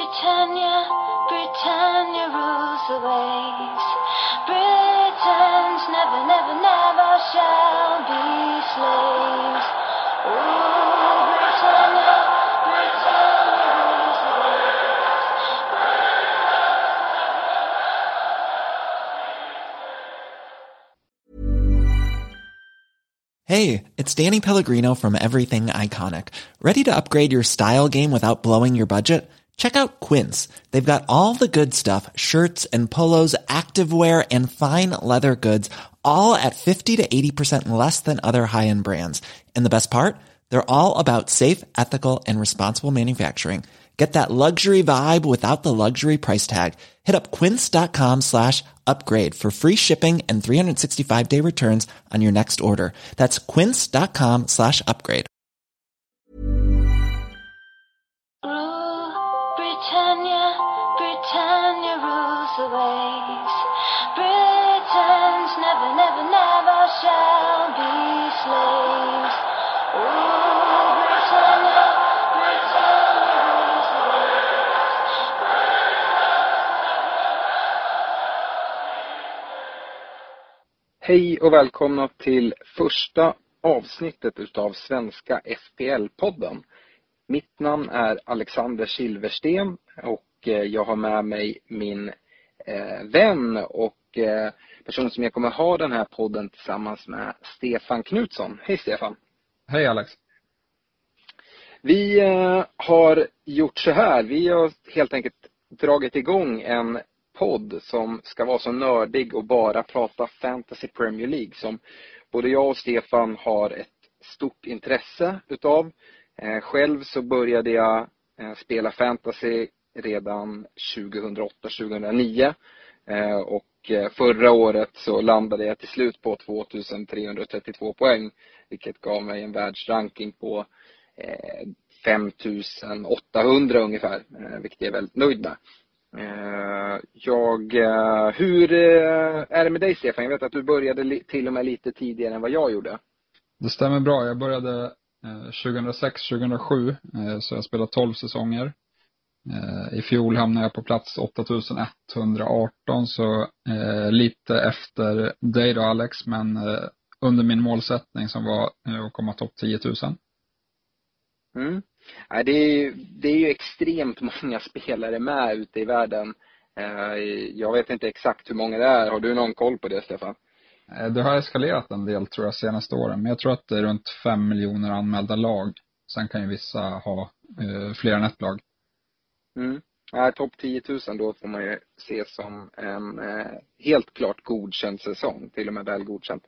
Britannia, Britannia rules the waves. Britons never, never, never shall be slaves. Oh, Britannia, Britannia rules the waves. Hey, it's Danny Pellegrino from Everything Iconic. Ready to upgrade your style game without blowing your budget? Check out Quince. They've got all the good stuff, shirts and polos, activewear, and fine leather goods, all at 50 to 80% less than other high-end brands. And the best part? They're all about safe, ethical, and responsible manufacturing. Get that luxury vibe without the luxury price tag. Hit up quince.com/upgrade for free shipping and 365-day returns on your next order. That's quince.com/upgrade. Britannia, Britannia rules the waves. Britons never, never, never shall be slaves. Oh, Britannia, Britannia rules the waves. Hej och välkomna till första avsnittet utav Svenska FPL-podden. Mitt namn är Alexander Silversten och jag har med mig min vän och person som jag kommer ha den här podden tillsammans med, Stefan Knutsson. Hej Stefan. Hej Alex. Vi har gjort så här. Vi har helt enkelt dragit igång en podd som ska vara så nördig och bara prata Fantasy Premier League som både jag och Stefan har ett stort intresse utav. Själv så började jag spela fantasy redan 2008-2009 och förra året så landade jag till slut på 2332 poäng, vilket gav mig en världsranking på 5800 ungefär, vilket jag är väldigt nöjd med. Hur är det med dig Stefan? Jag vet att du började till och med lite tidigare än vad jag gjorde. Det stämmer bra. Jag började 2006-2007 så jag spelade 12 säsonger. I fjol hamnade jag på plats 8118 så lite efter dig då Alex, men under min målsättning som var att komma topp 10 000. Mm. Det är ju extremt många spelare med ute i världen. Jag vet inte exakt hur många det är. Har du någon koll på det Stefan? Det har eskalerat en del tror jag senaste åren. Men jag tror att det är runt 5 miljoner anmälda lag. Sen kan ju vissa ha fler än ett lag. Topp 10 000 då får man ju se som en helt klart godkänd säsong. Till och med väl godkänd.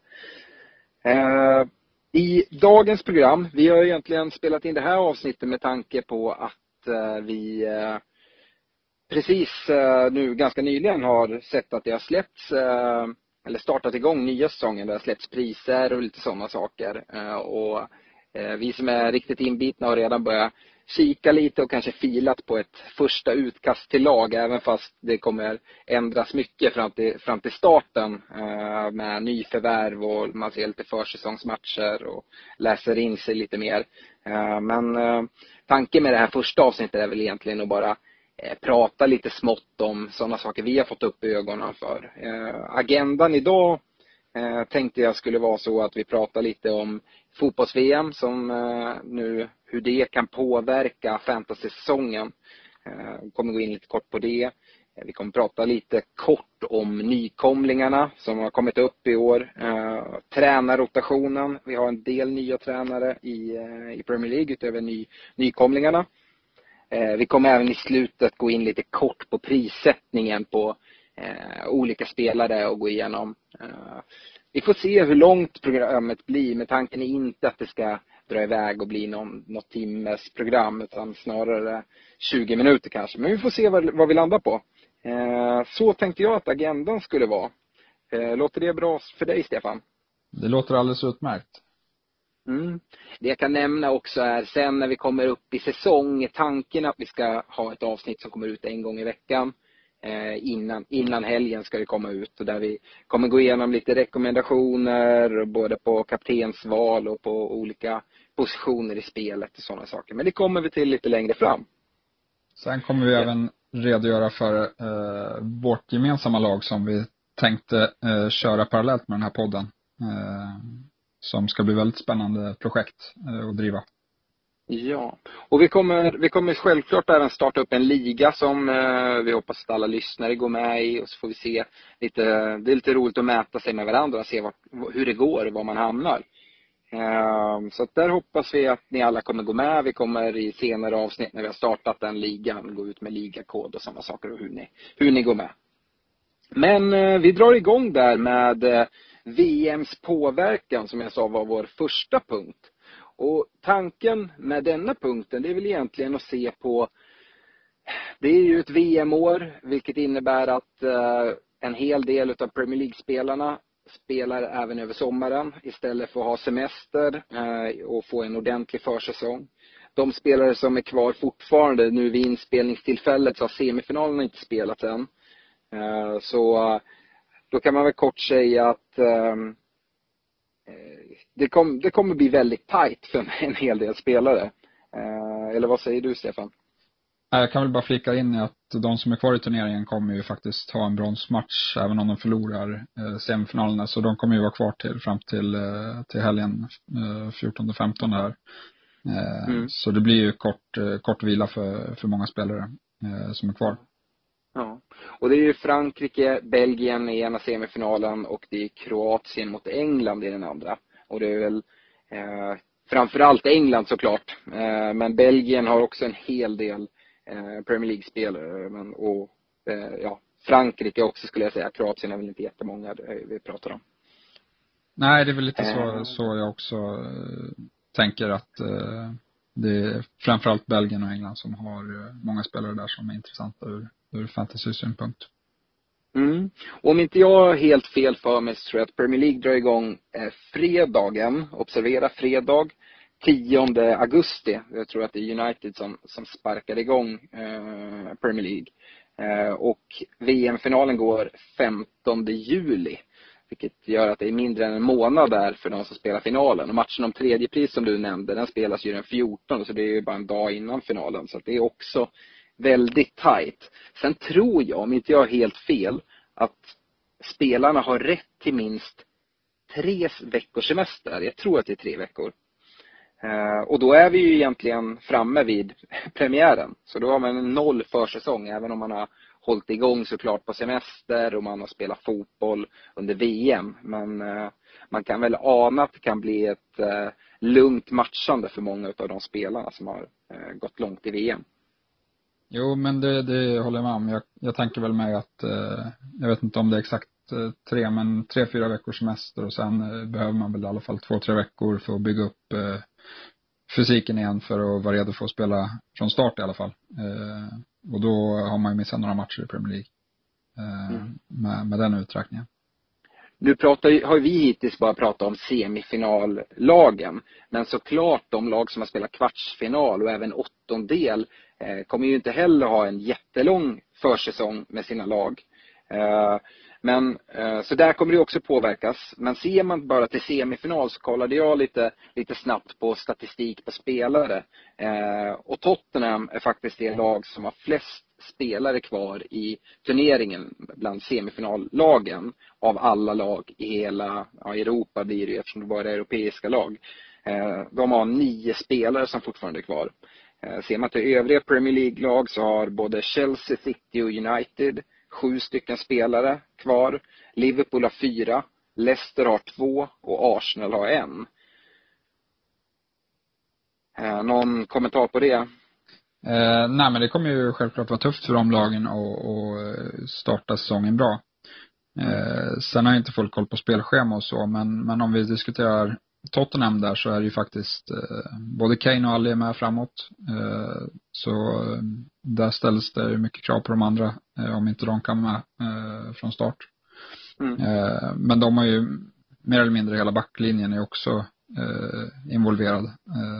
I dagens program, vi har egentligen spelat in det här avsnittet med tanke på att vi precis nu ganska nyligen har sett att det har släppts eller startat igång nya säsongen där det har släppts priser och lite sådana saker. Och vi som är riktigt inbitna har redan börjat kika lite och kanske filat på ett första utkast till lag, även fast det kommer ändras mycket fram till starten med nyförvärv och man ser lite försäsongsmatcher och läser in sig lite mer. Men tanken med det här första avsnittet är väl egentligen att bara prata lite smått om sådana saker vi har fått upp i ögonen för. Agendan idag tänkte jag skulle vara så att vi pratar lite om fotbolls-VM som nu, hur det kan påverka fantasy-säsongen. Vi kommer gå in lite kort på det. Vi kommer prata lite kort om nykomlingarna som har kommit upp i år. Tränarrotationen. Vi har en del nya tränare i Premier League utöver nykomlingarna. Vi kommer även i slutet gå in lite kort på prissättningen på olika spelare och gå igenom. Vi får se hur långt programmet blir, men tanken är inte att det ska dra iväg och bli något timmes program utan snarare 20 minuter kanske. Men vi får se vad vi landar på. Så tänkte jag att agendan skulle vara. Låter det bra för dig Stefan? Det låter alldeles utmärkt. Det jag kan nämna också är sen när vi kommer upp i säsong är tanken att vi ska ha ett avsnitt som kommer ut en gång i veckan. Innan helgen ska det komma ut och där vi kommer gå igenom lite rekommendationer både på kaptensval och på olika positioner i spelet och sådana saker. Men det kommer vi till lite längre fram. Sen kommer vi även redogöra för vårt gemensamma lag som vi tänkte köra parallellt med den här podden. Som ska bli väldigt spännande projekt att driva. Ja, och vi kommer självklart även starta upp en liga som vi hoppas att alla lyssnare går med i, och så får vi se det är lite roligt att mäta sig med varandra och se hur det går och var man hamnar. Så att där hoppas vi att ni alla kommer gå med. Vi kommer i senare avsnitt när vi har startat den ligan gå ut med ligakod och samma saker och hur ni går med. Men vi drar igång där med VMs påverkan som jag sa var vår första punkt. Och tanken med denna punkten, det är väl egentligen att se på, det är ju ett VM-år, vilket innebär att en hel del av Premier League-spelarna spelar även över sommaren istället för att ha semester och få en ordentlig försäsong. De spelare som är kvar fortfarande nu vid inspelningstillfället, så har semifinalerna inte spelat än. Så då kan man väl kort säga att det kommer bli väldigt tajt för en hel del spelare. Eller vad säger du, Stefan? Jag kan väl bara flika in i att de som är kvar i turneringen kommer ju faktiskt ha en bronsmatch även om de förlorar semifinalerna. Så de kommer ju vara kvar fram till helgen 14-15 här. Så det blir ju kort vila för många spelare som är kvar. Ja, och det är ju Frankrike, Belgien i ena semifinalen och det är Kroatien mot England i den andra. Och det är väl framförallt England såklart. Men Belgien har också en hel del Premier League-spelare. Och Frankrike också skulle jag säga. Kroatien är väl inte jättemånga vi pratar om. Nej, det är väl lite så jag också tänker att det är framförallt Belgien och England som har många spelare där som är intressanta ur fantasy-synpunkt. Om inte jag har helt fel för mig så tror jag att Premier League drar igång fredagen, observera fredag, 10 augusti. Jag tror att det är United som sparkar igång Premier League. Och VM-finalen går 15 juli. Vilket gör att det är mindre än en månad där för de som spelar finalen. Och matchen om tredje pris som du nämnde, den spelas ju den 14, så det är ju bara en dag innan finalen. Så det är också väldigt tajt. Sen tror jag, om inte jag har helt fel, att spelarna har rätt till minst 3 veckors semester. Jag tror att det är 3 veckor. Och då är vi ju egentligen framme vid premiären. Så då har man en 0 försäsong, även om man har hållit igång såklart på semester och man har spelat fotboll under VM. Men man kan väl ana att det kan bli ett lugnt matchande för många av de spelarna som har gått långt i VM. Jo, men det håller jag med om. Jag tänker väl med att jag vet inte om det är exakt 3-4 veckors semester och sen behöver man väl i alla fall 2-3 veckor för att bygga upp fysiken igen för att vara redo för att spela från start i alla fall. Och då har man ju missat några matcher i Premier League med den uträkningen. Nu har vi hittills bara pratat om semifinallagen. Men såklart de lag som har spelat kvartsfinal och även åttondel kommer ju inte heller ha en jättelång försäsong med sina lag. Men så där kommer det också påverkas. Men ser man bara till semifinal så kollade jag lite snabbt på statistik på spelare. Och Tottenham är faktiskt det lag som har flest spelare kvar i turneringen bland semifinallagen av alla lag i hela Europa blir det, eftersom det bara är europeiska lag. De har 9 spelare som fortfarande är kvar. Ser man till övriga Premier League-lag så har både Chelsea, City och United 7 stycken spelare kvar. Liverpool har 4, Leicester har 2 och Arsenal har 1. Någon kommentar på det? Nej, men det kommer ju självklart vara tufft för de lagen att starta säsongen bra. Sen har inte folk koll på spelschema och så, men om vi diskuterar Tottenham där så är det ju faktiskt både Kane och Ali är med framåt. Så där ställs det mycket krav på de andra om inte de kan med från start. Men de har ju mer eller mindre hela backlinjen är också involverad.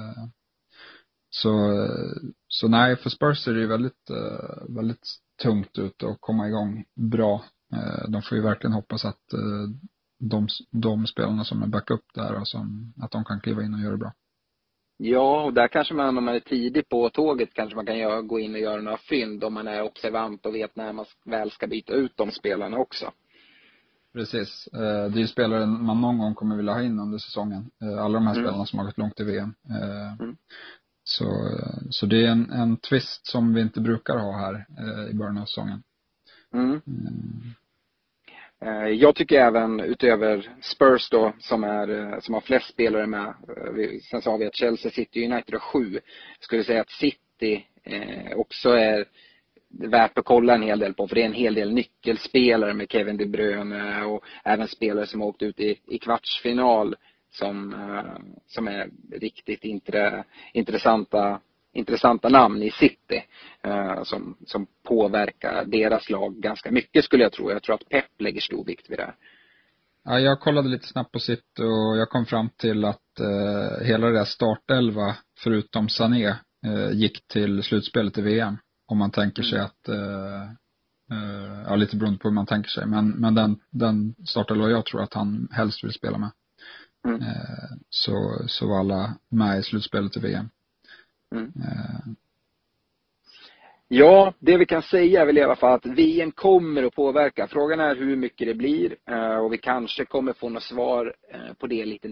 Så nej, för Spurs är det ju väldigt tungt ut att komma igång bra. De får ju verkligen hoppas att de spelarna som är backup där och att de kan kliva in och göra det bra. Ja, och där kanske man, om man är tidig på tåget, kanske man kan gå in och göra några fynd om man är observant och vet när man väl ska byta ut de spelarna också. Precis. Det är ju spelare man någon gång kommer vilja ha in under säsongen. Alla de här spelarna som har gått långt i VM. Så det är en twist som vi inte brukar ha här i början av säsongen. Jag tycker även utöver Spurs då, som har flest spelare med, sen sa vi att Chelsea, City, United har 7. Jag skulle säga att City också är värt att kolla en hel del på, för det är en hel del nyckelspelare med Kevin De Bruyne och även spelare som har åkt ut i kvartsfinal som är riktigt intressanta namn i City, som påverkar deras lag ganska mycket, skulle jag tro. Jag tror att Pep lägger stor vikt vid det här. Ja, jag kollade lite snabbt på City och jag kom fram till att hela det där startelva förutom Sané gick till slutspelet i VM. Om man tänker sig att ja, lite beroende på hur man tänker sig, men den startelva jag tror att han helst vill spela med. Så var alla med i slutspelet i VM. Ja, det vi kan säga är väl i alla fall att VM kommer att påverka. Frågan är hur mycket det blir, och vi kanske kommer få något svar på det lite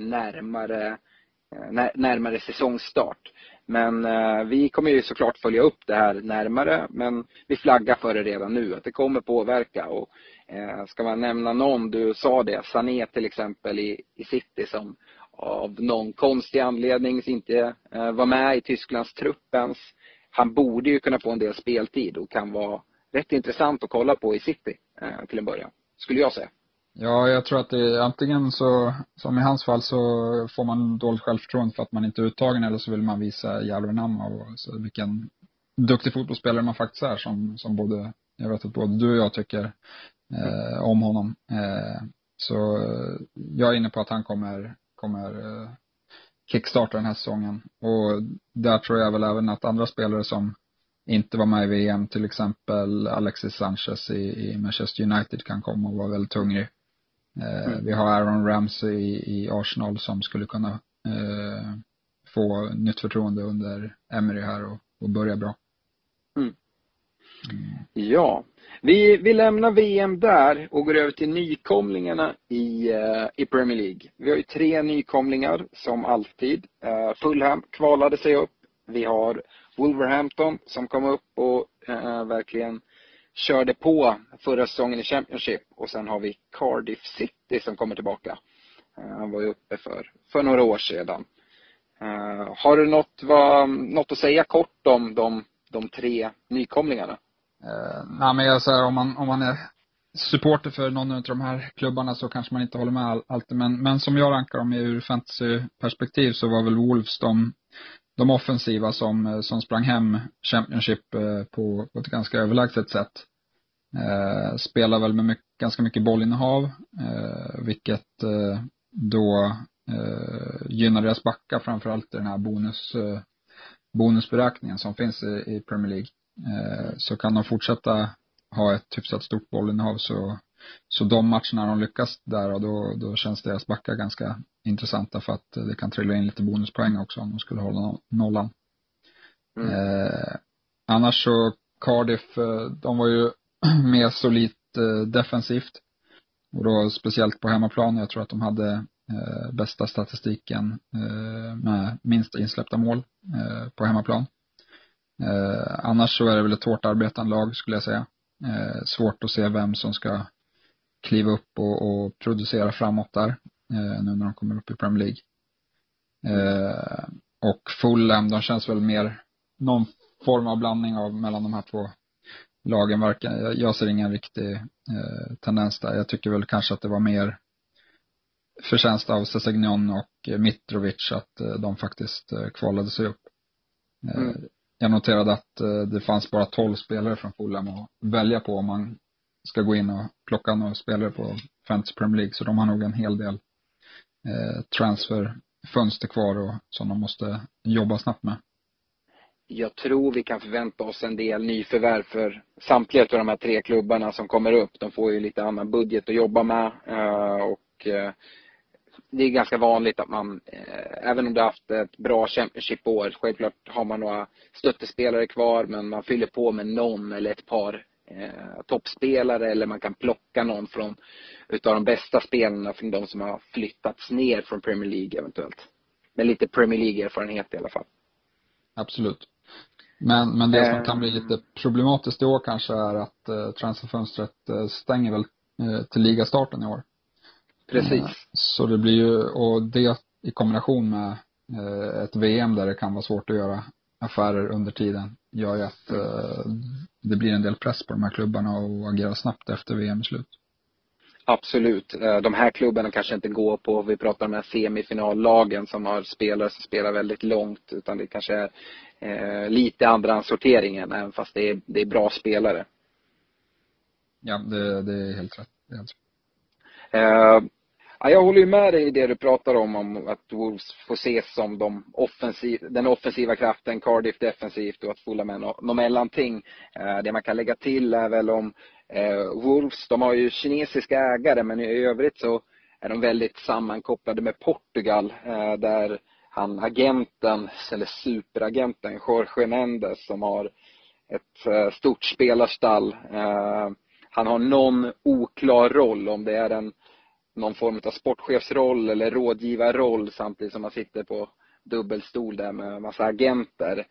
närmare säsongstart. Men vi kommer ju såklart följa upp det här närmare, men vi flaggar för det redan nu att det kommer påverka. Och ska man nämna någon, du sa det, Sané till exempel i City, som av någon konstig anledning inte var med i Tysklands truppens. Han borde ju kunna få en del speltid och kan vara rätt intressant att kolla på i City till en början, skulle jag säga. Ja, jag tror att det är antingen så, som i hans fall, så får man dåligt självförtroende för att man inte är uttagen, eller så vill man visa jävla namn och så vilken duktig fotbollsspelare man faktiskt är, som både, jag vet att både du och jag tycker om honom. Så jag är inne på att han kommer kickstarta den här säsongen. Och där tror jag väl även att andra spelare som inte var med i VM, till exempel Alexis Sanchez i Manchester United, kan komma och vara väldigt hungrig. Vi har Aaron Ramsey i Arsenal som skulle kunna få nytt förtroende under Emery här och börja bra. Ja, vi lämnar VM där och går över till nykomlingarna i Premier League. Vi har ju 3 nykomlingar som alltid. Fulham kvalade sig upp. Vi har Wolverhampton som kom upp och verkligen körde på förra säsongen i Championship. Och sen har vi Cardiff City som kommer tillbaka. Han var ju uppe för några år sedan. Har du något att säga kort om de 3 nykomlingarna? Nej, men jag säger, om man är supporter för någon av de här klubbarna så kanske man inte håller med alltid. Men som jag rankar dem ur fantasy-perspektiv så var väl Wolves de offensiva som sprang hem Championship på ett ganska överlägset sätt. Spelar väl med ganska mycket bollinnehav, vilket då gynnar deras backar, framförallt i den här bonusberäkningen som finns i Premier League. Så kan de fortsätta ha ett hyfsat stort bollinnehav, så de matcherna de lyckas där, och då känns deras backar ganska intressanta, för att det kan trilla in lite bonuspoäng också om de skulle hålla nollan. Annars så Cardiff, de var ju mer solid defensivt, och då speciellt på hemmaplan. Jag tror att de hade bästa statistiken med minst insläppta mål på hemmaplan. Annars så är det väl ett hårt arbetande lag, skulle jag säga. Svårt att se vem som ska kliva upp och producera framåt där nu när de kommer upp i Premier League. Och Fulham, de känns väl mer någon form av blandning mellan de här 2 lagen. Jag ser ingen riktig tendens där. Jag tycker väl kanske att det var mer förtjänst av Sessegnon och Mitrovic att de faktiskt kvalade sig upp. Jag noterade att det fanns bara 12 spelare från Fulham att välja på om man ska gå in och plocka några spelare på Fantasy Premier League. Så de har nog en hel del transferfönster kvar och som de måste jobba snabbt med. Jag tror vi kan förvänta oss en del nyförvärv för samtliga av de här 3 klubbarna som kommer upp. De får ju lite annan budget att jobba med, och det är ganska vanligt att man, även om du har haft ett bra Championship-år, självklart har man några stöttespelare kvar, men man fyller på med någon eller ett par toppspelare, eller man kan plocka någon från utav de bästa spelarna från de som har flyttats ner från Premier League eventuellt. Med lite Premier League-erfarenhet i alla fall. Absolut. Men det som kan bli lite problematiskt i år kanske är att transferfönstret stänger väl till ligastarten i år. Precis. Så det blir ju, och det i kombination med ett VM där det kan vara svårt att göra affärer under tiden, gör ju att det blir en del press på de här klubbarna att agera snabbt efter VM-slut. Absolut. De här klubbarna kanske inte går på, vi pratar om de här semifinallagen som har spelare som spelar väldigt långt, utan det kanske är lite andra sorteringen, även fast det är bra spelare. Ja, det är helt rätt. Ja, jag håller ju med dig i det du pratar om att Wolves får ses som den offensiva kraften, Cardiff defensivt, och att Fulham är något mellanting. Det man kan lägga till är väl om Wolves, de har ju kinesiska ägare, men i övrigt så är de väldigt sammankopplade med Portugal, där agenten, eller superagenten Jorge Mendes, som har ett stort spelarstall. Han har någon oklar roll, om det är någon form av sportchefsroll eller rådgivarroll, samtidigt som man sitter på dubbelstol där med massa agenter.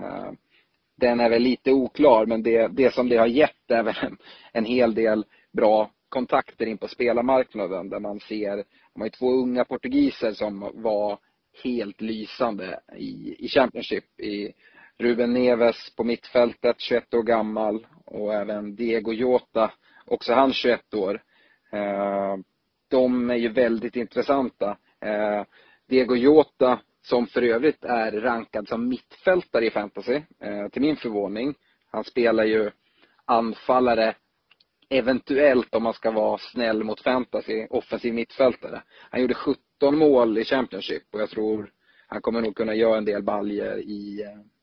Den är väl lite oklar, men det som det har gett är väl en hel del bra kontakter in på spelarmarknaden, där man ser, de har ju 2 unga portugiser som var helt lysande i Championship, i Ruben Neves på mittfältet, 21 år gammal, och även Diego Jota, också han 21 år. De är ju väldigt intressanta. Diego Jota, som för övrigt är rankad som mittfältare i fantasy, till min förvåning. Han spelar ju anfallare, eventuellt, om man ska vara snäll mot fantasy, offensiv mittfältare. Han gjorde 17 mål i Championship, och jag tror han kommer nog kunna göra en del baljer i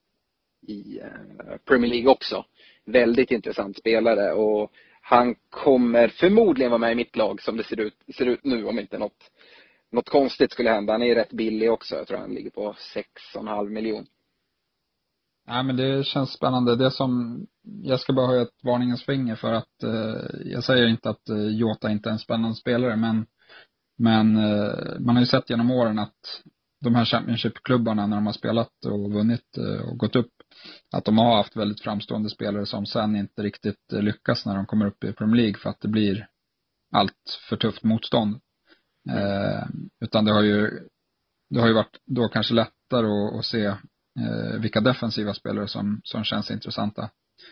Premier League också. Väldigt intressant spelare, och han kommer förmodligen vara med i mitt lag som det ser ut nu, om inte något konstigt skulle hända. Han är rätt billig också. Jag tror han ligger på 6,5 miljoner. Ja, men det känns spännande. Det som jag ska bara höja ett varningens finger för, att jag säger inte att Jota inte är en spännande spelare, men man har ju sett genom åren att de här Championship-klubbarna, när de har spelat och vunnit och gått upp, att de har haft väldigt framstående spelare som sen inte riktigt lyckas när de kommer upp i Premier League, för att det blir allt för tufft motstånd. Utan det har ju varit då kanske lättare att se vilka defensiva spelare som känns intressanta.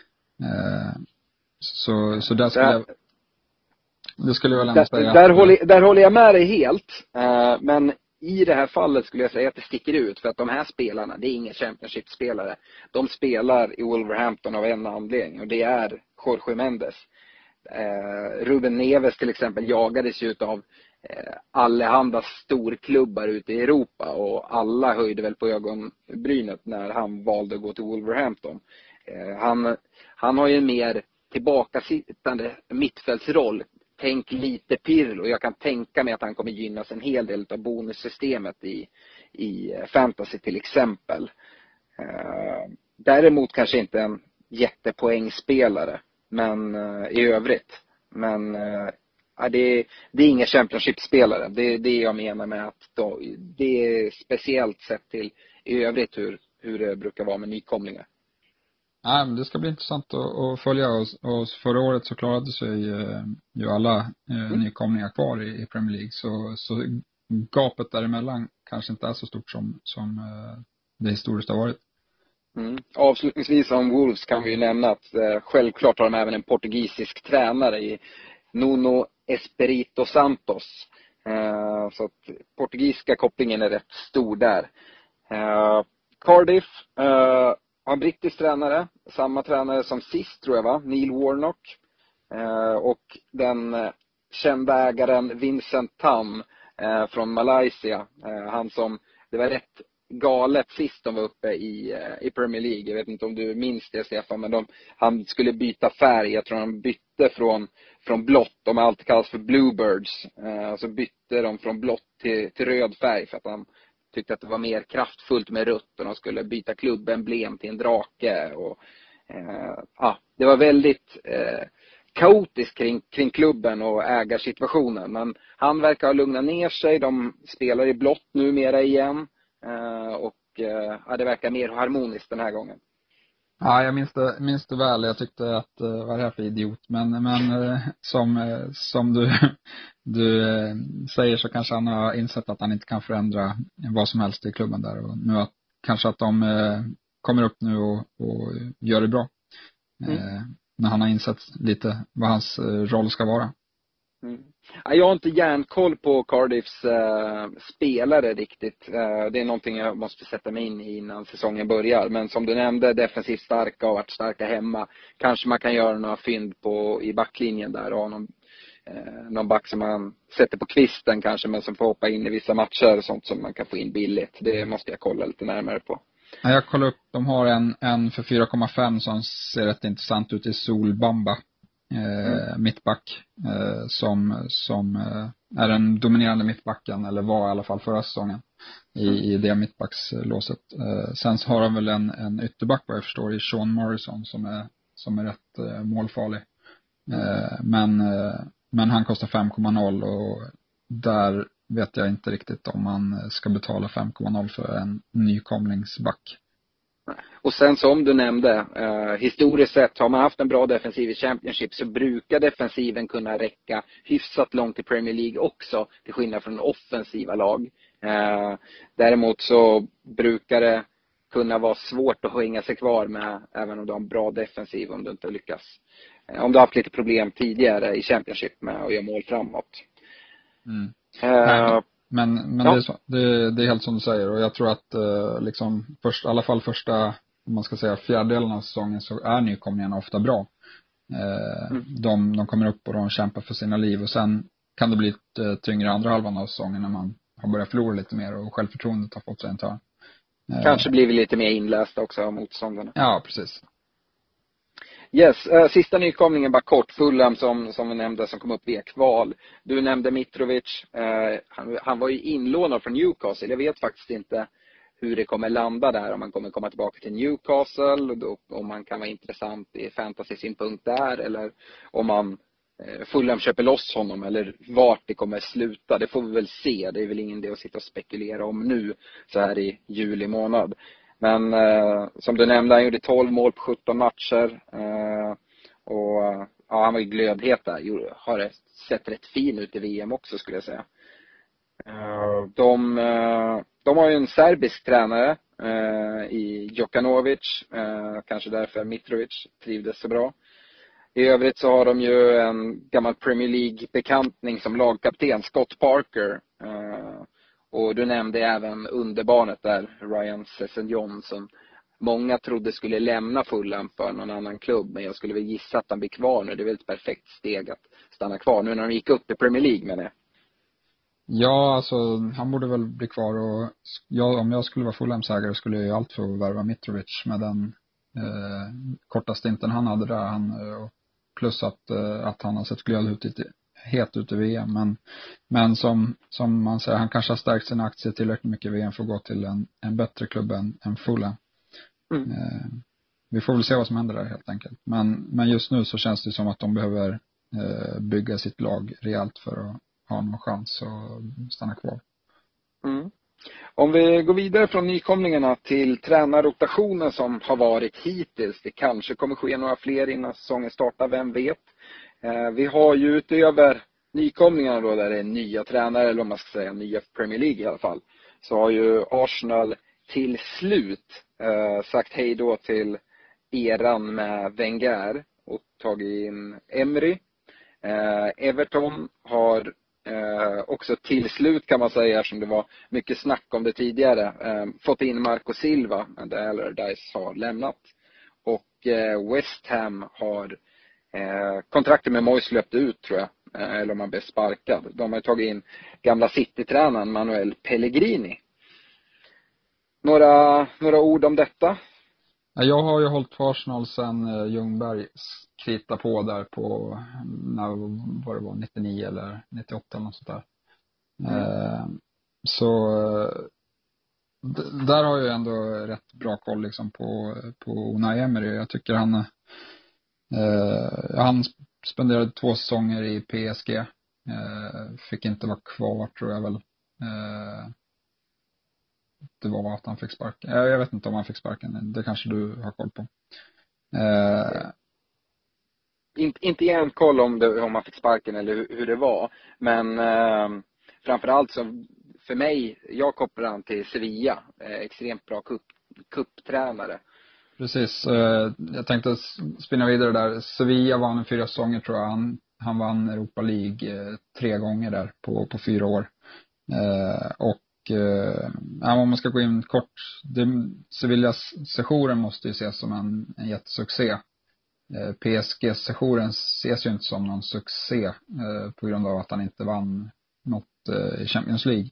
Så där skulle jag väl ändå säga. Där håller jag med dig helt. Men i det här fallet skulle jag säga att det sticker ut, för att de här spelarna, det är inga Championship-spelare. De spelar i Wolverhampton av en anledning, och det är Jorge Mendes. Ruben Neves till exempel jagades ju av allehanda storklubbar ute i Europa, och alla höjde väl på ögonbrynet när han valde att gå till Wolverhampton. Han har ju en mer tillbakasittande mittfältsroll. Tänk lite Pirlo. Jag kan tänka mig att han kommer gynnas en hel del av bonussystemet i fantasy till exempel. Däremot kanske inte en jättepoängspelare, men i övrigt. Men det är inga Championship-spelare. Det är det jag menar med att det är speciellt sett till i övrigt hur det brukar vara med nykomlingar. Ja, men det ska bli intressant att följa, och förra året så klarade sig ju alla nykomlingar kvar i Premier League, så gapet däremellan kanske inte är så stort som det historiskt har varit. Avslutningsvis om Wolves kan vi ju nämna att självklart har de även en portugisisk tränare i Nuno Espirito Santos. Så att portugisiska kopplingen är rätt stor där. Cardiff har en brittisk tränare, samma tränare som sist tror jag, va? Neil Warnock. Och den kända ägaren Vincent Tam från Malaysia. Han som, det var rätt galet sist de var uppe i Premier League. Jag vet inte om du minns det, Stefan, men han skulle byta färg. Jag tror han bytte från blått. De har alltid kallats för Bluebirds. Så bytte de från blått till röd färg för att han tyckte att det var mer kraftfullt med rött, och de skulle byta klubbemblem till en drake. Och det var väldigt kaotiskt kring klubben och ägarsituationen. Men han verkar ha lugnat ner sig. De spelar i blått numera igen. Och det verkar mer harmoniskt den här gången. Ja, jag minns det väl. Jag tyckte att vad är det här för idiot? Men som du säger, så kanske han har insett att han inte kan förändra vad som helst i klubben där. Och nu kanske att de kommer upp nu och gör det bra. När han har insett lite vad hans roll ska vara. Jag har inte järnkoll på Cardiffs spelare riktigt. Det är någonting jag måste sätta mig in i innan säsongen börjar. Men som du nämnde, defensivt starka och varit starka hemma. Kanske man kan göra några fynd i backlinjen där. Och någon back som man sätter på kvisten kanske, men som får hoppa in i vissa matcher och sånt som man kan få in billigt. Det måste jag kolla lite närmare på. Jag kollar upp, de har en för 4,5 som ser rätt intressant ut i Solbamba. Mittback som är den dominerande mittbacken, eller var i alla fall förra säsongen i det mittbackslåset. Sen så har de väl en ytterback, vad jag förstår, i Sean Morrison som är rätt målfarlig. Men han kostar 5,0 och där vet jag inte riktigt om man ska betala 5,0 för en nykomlingsback. Och sen som du nämnde, historiskt sett har man haft en bra defensiv i Championship, så brukar defensiven kunna räcka hyfsat långt i Premier League också, till skillnad från offensiva lag. Däremot så brukar det kunna vara svårt att hänga sig kvar med, även om du har en bra defensiv, om du inte lyckas. Om du har haft lite problem tidigare i Championship med att göra mål framåt. Men ja. det är helt som du säger, och jag tror att liksom i alla fall första, om man ska säga, fjärdedelen av säsongen, så är nykomlingarna ofta bra. De kommer upp och de kämpar för sina liv, och sen kan det bli ett tyngre andra halvan av säsongen när man har börjat förlora lite mer och självförtroendet har fått sig en törn. Kanske blir vi lite mer inlästa också av motståndarna. Ja, precis. Yes, sista nykomlingen bara kort. Fulham som vi nämnde, som kom upp via kval. Du nämnde Mitrovic. Han var ju inlånad från Newcastle. Jag vet faktiskt inte hur det kommer landa där. Om man kommer komma tillbaka till Newcastle. Om man kan vara intressant i fantasy-synpunkt där. Eller om man Fulham köper loss honom. Eller vart det kommer sluta. Det får vi väl se. Det är väl ingen idé att sitta och spekulera om nu. Så här i juli månad. Men som du nämnde, han gjorde 12 mål på 17 matcher. Han var ju glödhet där. Har sett rätt fin ut i VM också, skulle jag säga. De har ju en serbisk tränare i Djokanovic. Kanske därför Mitrovic trivdes så bra. I övrigt så har de ju en gammal Premier League-bekantning som lagkapten, Scott Parker. Och du nämnde även underbarnet där, Ryan Sessegnon, som många trodde skulle lämna Fulham för någon annan klubb. Men jag skulle väl gissa att han blir kvar nu. Det är väl ett perfekt steg att stanna kvar nu när de gick upp i Premier League, menar jag. Ja, alltså han borde väl bli kvar, och om jag skulle vara Fulham-ägare skulle jag ju allt för att värva Mitrovic med den korta stinten han hade där. Plus att han har sett het ut i VM, men som man säger, han kanske har stärkt sina aktier tillräckligt mycket i VM för att gå till en bättre klubb än Fulham. Vi får väl se vad som händer där helt enkelt, men just nu så känns det som att de behöver bygga sitt lag rejält för att ha någon chans att stanna kvar. Om vi går vidare från nykomlingarna till tränarrotationen som har varit hittills. Det kanske kommer ske några fler innan säsongen startar, vem vet. Vi har ju utöver nykomlingarna då, där det är nya tränare, eller om man ska säga nya Premier League i alla fall, så har ju Arsenal till slut sagt hej då till eran med Wenger och tagit in Emery. Everton har också till slut, kan man säga, som det var mycket snack om det tidigare, fått in Marco Silva, men det Allardyce har lämnat. Och West Ham har kontraktet med Moyes löpt ut, tror jag, eller om han blev sparkad. De har tagit in gamla City-tränaren Manuel Pellegrini. Några ord om detta? Ja, jag har ju hållit på Arsenal sen Ljungberg krita på där på, när var det var, 99 eller 98 eller något sånt där. Så där har jag ändå rätt bra koll liksom på Unai Emery. Jag tycker han spenderade 2 säsonger i PSG. Fick inte vara kvar, tror jag väl. Det var att han fick sparken. Jag vet inte om han fick sparken. Det kanske du har koll på. Inte igen koll om han fick sparken eller hur det var. Men framförallt så för mig, jag kopplar han till Sevilla. Extremt bra kupptränare. Precis. Jag tänkte spinna vidare där. Sevilla vann 4 säsonger, tror jag. Han vann Europa League 3 gånger där på 4 år. Om man ska gå in kort, Sevillas sessionen måste ju ses som en jättesuccé. PSG-sessionen ses ju inte som någon succé på grund av att han inte vann något i Champions League.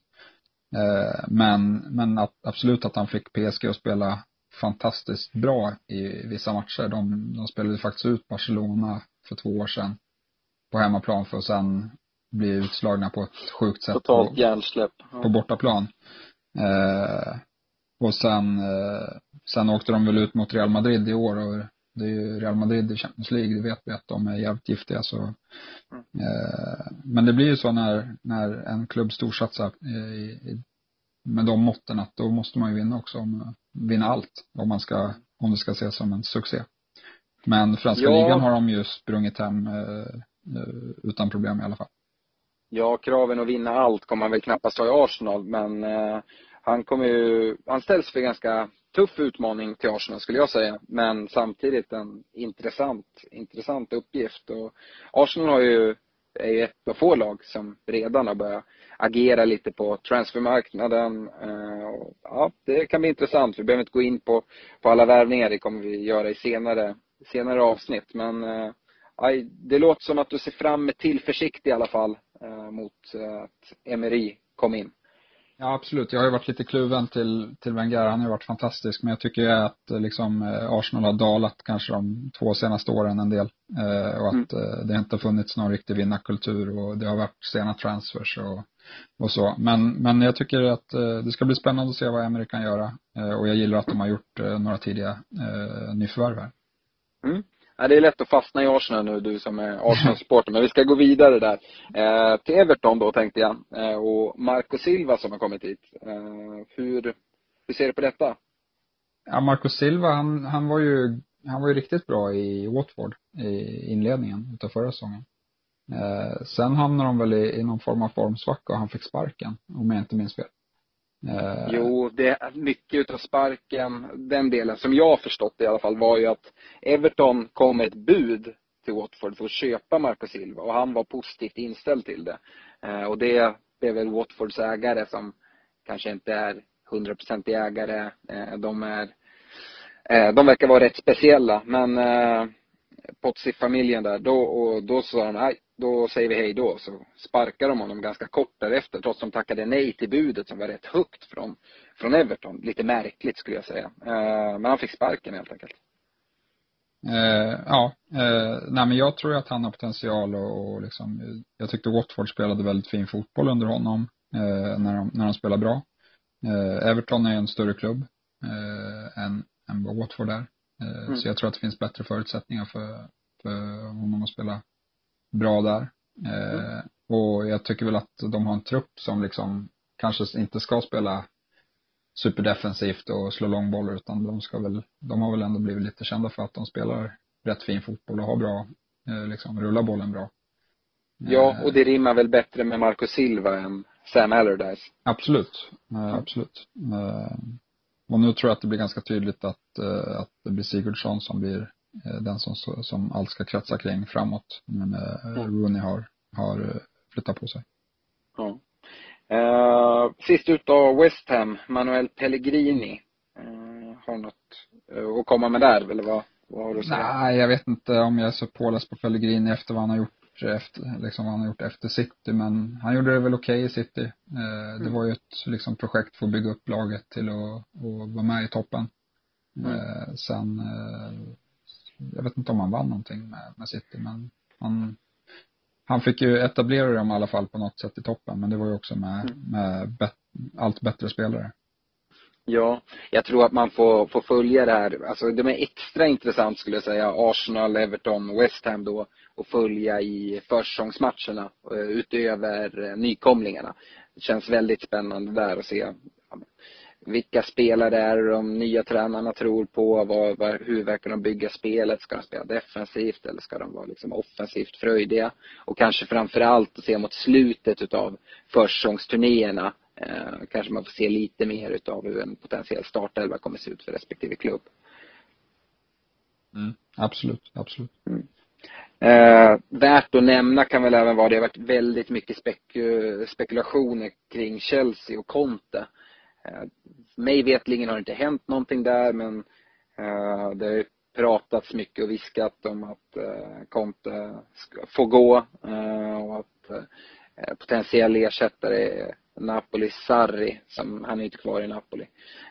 Men absolut att han fick PSG att spela fantastiskt bra i vissa matcher. De spelade faktiskt ut Barcelona för 2 år sedan på hemmaplan för att sen bli utslagna på ett sjukt sätt totalt hjärnsläpp på bortaplan. Och sen åkte de väl ut mot Real Madrid i år, och det är ju Real Madrid i Champions League, det vet vi att de är jävligt giftiga så. Men det blir ju så när en klubb storsatsar med de måtten, att då måste man ju vinna också, vinna allt om det ska ses som en succé. Men franska ligan har de ju sprungit hem utan problem i alla fall. Ja, kraven att vinna allt kommer han väl knappast ha i Arsenal, men han ställs för ganska tuff utmaning till Arsenal, skulle jag säga, men samtidigt en intressant uppgift. Och Arsenal är ju ett av få lag som redan har börjat agera lite på transfermarknaden. Ja, det kan bli intressant. Vi behöver inte gå in på alla värvningar, det kommer vi göra i senare avsnitt, men det låter som att du ser fram med tillförsikt i alla fall mot att Emery kom in. Ja, absolut. Jag har ju varit lite kluven till Wenger. Han har ju varit fantastisk, men jag tycker att liksom Arsenal har dalat kanske de 2 senaste åren en del. Och att det inte har funnits någon riktig vinnarkultur, och det har varit sena transfers och så. Men jag tycker att det ska bli spännande att se vad Emery kan göra. Och jag gillar att de har gjort några tidiga nyförvärv här. Ja, det är lätt att fastna i Arsenal nu, du som är Arsenal-supporter. Men vi ska gå vidare där. Till Everton då, tänkte jag. Och Marco Silva som har kommit hit. Hur ser du på detta? Ja, Marco Silva, han var ju riktigt bra i Watford i inledningen utav förra säsongen. Sen hamnade de väl i någon form av formsvacka och han fick sparken, om jag inte minns fel. Jo, det är mycket utav sparken. Den delen som jag har förstått i alla fall var ju att Everton kom med ett bud till Watford för att köpa Marco Silva, och han var positivt inställd till det. Och det är väl Watfords ägare som kanske inte är 100% ägare. De verkar vara rätt speciella, men Pozzi-familjen där, då sa de nej, då säger vi hej då, så sparkar de honom ganska kort därefter, trots att de tackade nej till budet som var rätt högt från Everton. Lite märkligt, skulle jag säga. Men han fick sparken helt enkelt. Nej, men jag tror att han har potential, och liksom, jag tyckte Watford spelade väldigt fin fotboll under honom när de spelar bra. Everton är en större klubb än vad Watford är. Så jag tror att det finns bättre förutsättningar för honom att spela bra där. Och jag tycker väl att de har en trupp som liksom kanske inte ska spela superdefensivt och slå långbollar, utan de har väl ändå blivit lite kända för att de spelar rätt fin fotboll och har bra, liksom rullar bollen bra. Ja, och det rimmar väl bättre med Marco Silva än Sam Allardyce. Absolut. Och nu tror jag att det blir ganska tydligt att det blir Sigurdsson som blir den som allt ska kretsa kring framåt, men Rooney har flyttat på sig. Ja. Sist ut av West Ham, Manuel Pellegrini. Har något att komma med där, eller vad har du att säga? Nej, jag vet inte om jag är så påläst på Pellegrini efter vad han har gjort liksom vad han har gjort efter City, men han gjorde det väl okej i City. Det var ju ett liksom projekt för att bygga upp laget till att vara med i toppen. Sen jag vet inte om han vann någonting med City, men han fick ju etablera dem i alla fall på något sätt i toppen, men det var ju också med allt bättre spelare. Ja, jag tror att man får följa det här. Alltså det är extra intressant skulle jag säga, Arsenal, Everton, West Ham då, och följa i försäsongsmatcherna utöver nykomlingarna. Det känns väldigt spännande där att se vilka spelare det är de nya tränarna tror på, hur verkar de bygga spelet, ska de spela defensivt eller ska de vara liksom offensivt fröjdiga, och kanske framförallt att se mot slutet utav försäsongsturnéerna. Kanske man får se lite mer utav hur en potentiell startelva kommer se ut för respektive klubb. Absolut. Värt att nämna kan väl även vara, det har varit väldigt mycket spekulationer kring Chelsea och Conte. Mig vetligen har det inte hänt någonting där, men det har pratats mycket och viskat om att Conte ska få gå och att potentiell ersättare är Napoli Sarri, som han är inte kvar i Napoli.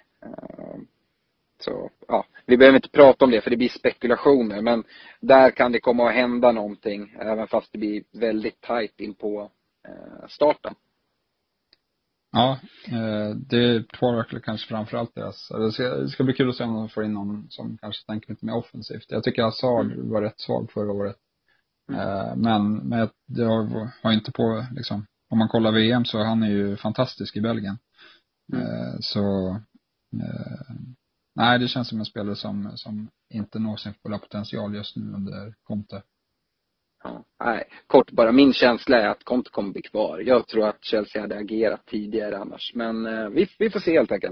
Så ja, vi behöver inte prata om det för det blir spekulationer, men där kan det komma att hända någonting även fast det blir väldigt tajt in på starten. Ja, det påverkar kanske framförallt deras. Det ska bli kul att se om de får in någon som kanske tänker lite mer offensivt. Jag tycker Hazard var rätt svag förra året. Men det har inte på liksom, om man kollar VM så han är ju fantastisk i Belgien. Nej, det känns som en spelare som inte når sin fulla potential just nu under Conte. Ja, nej, kort bara, min känsla är att Conte kommer bli kvar. Jag tror att Chelsea hade agerat tidigare annars, men vi får se helt enkelt.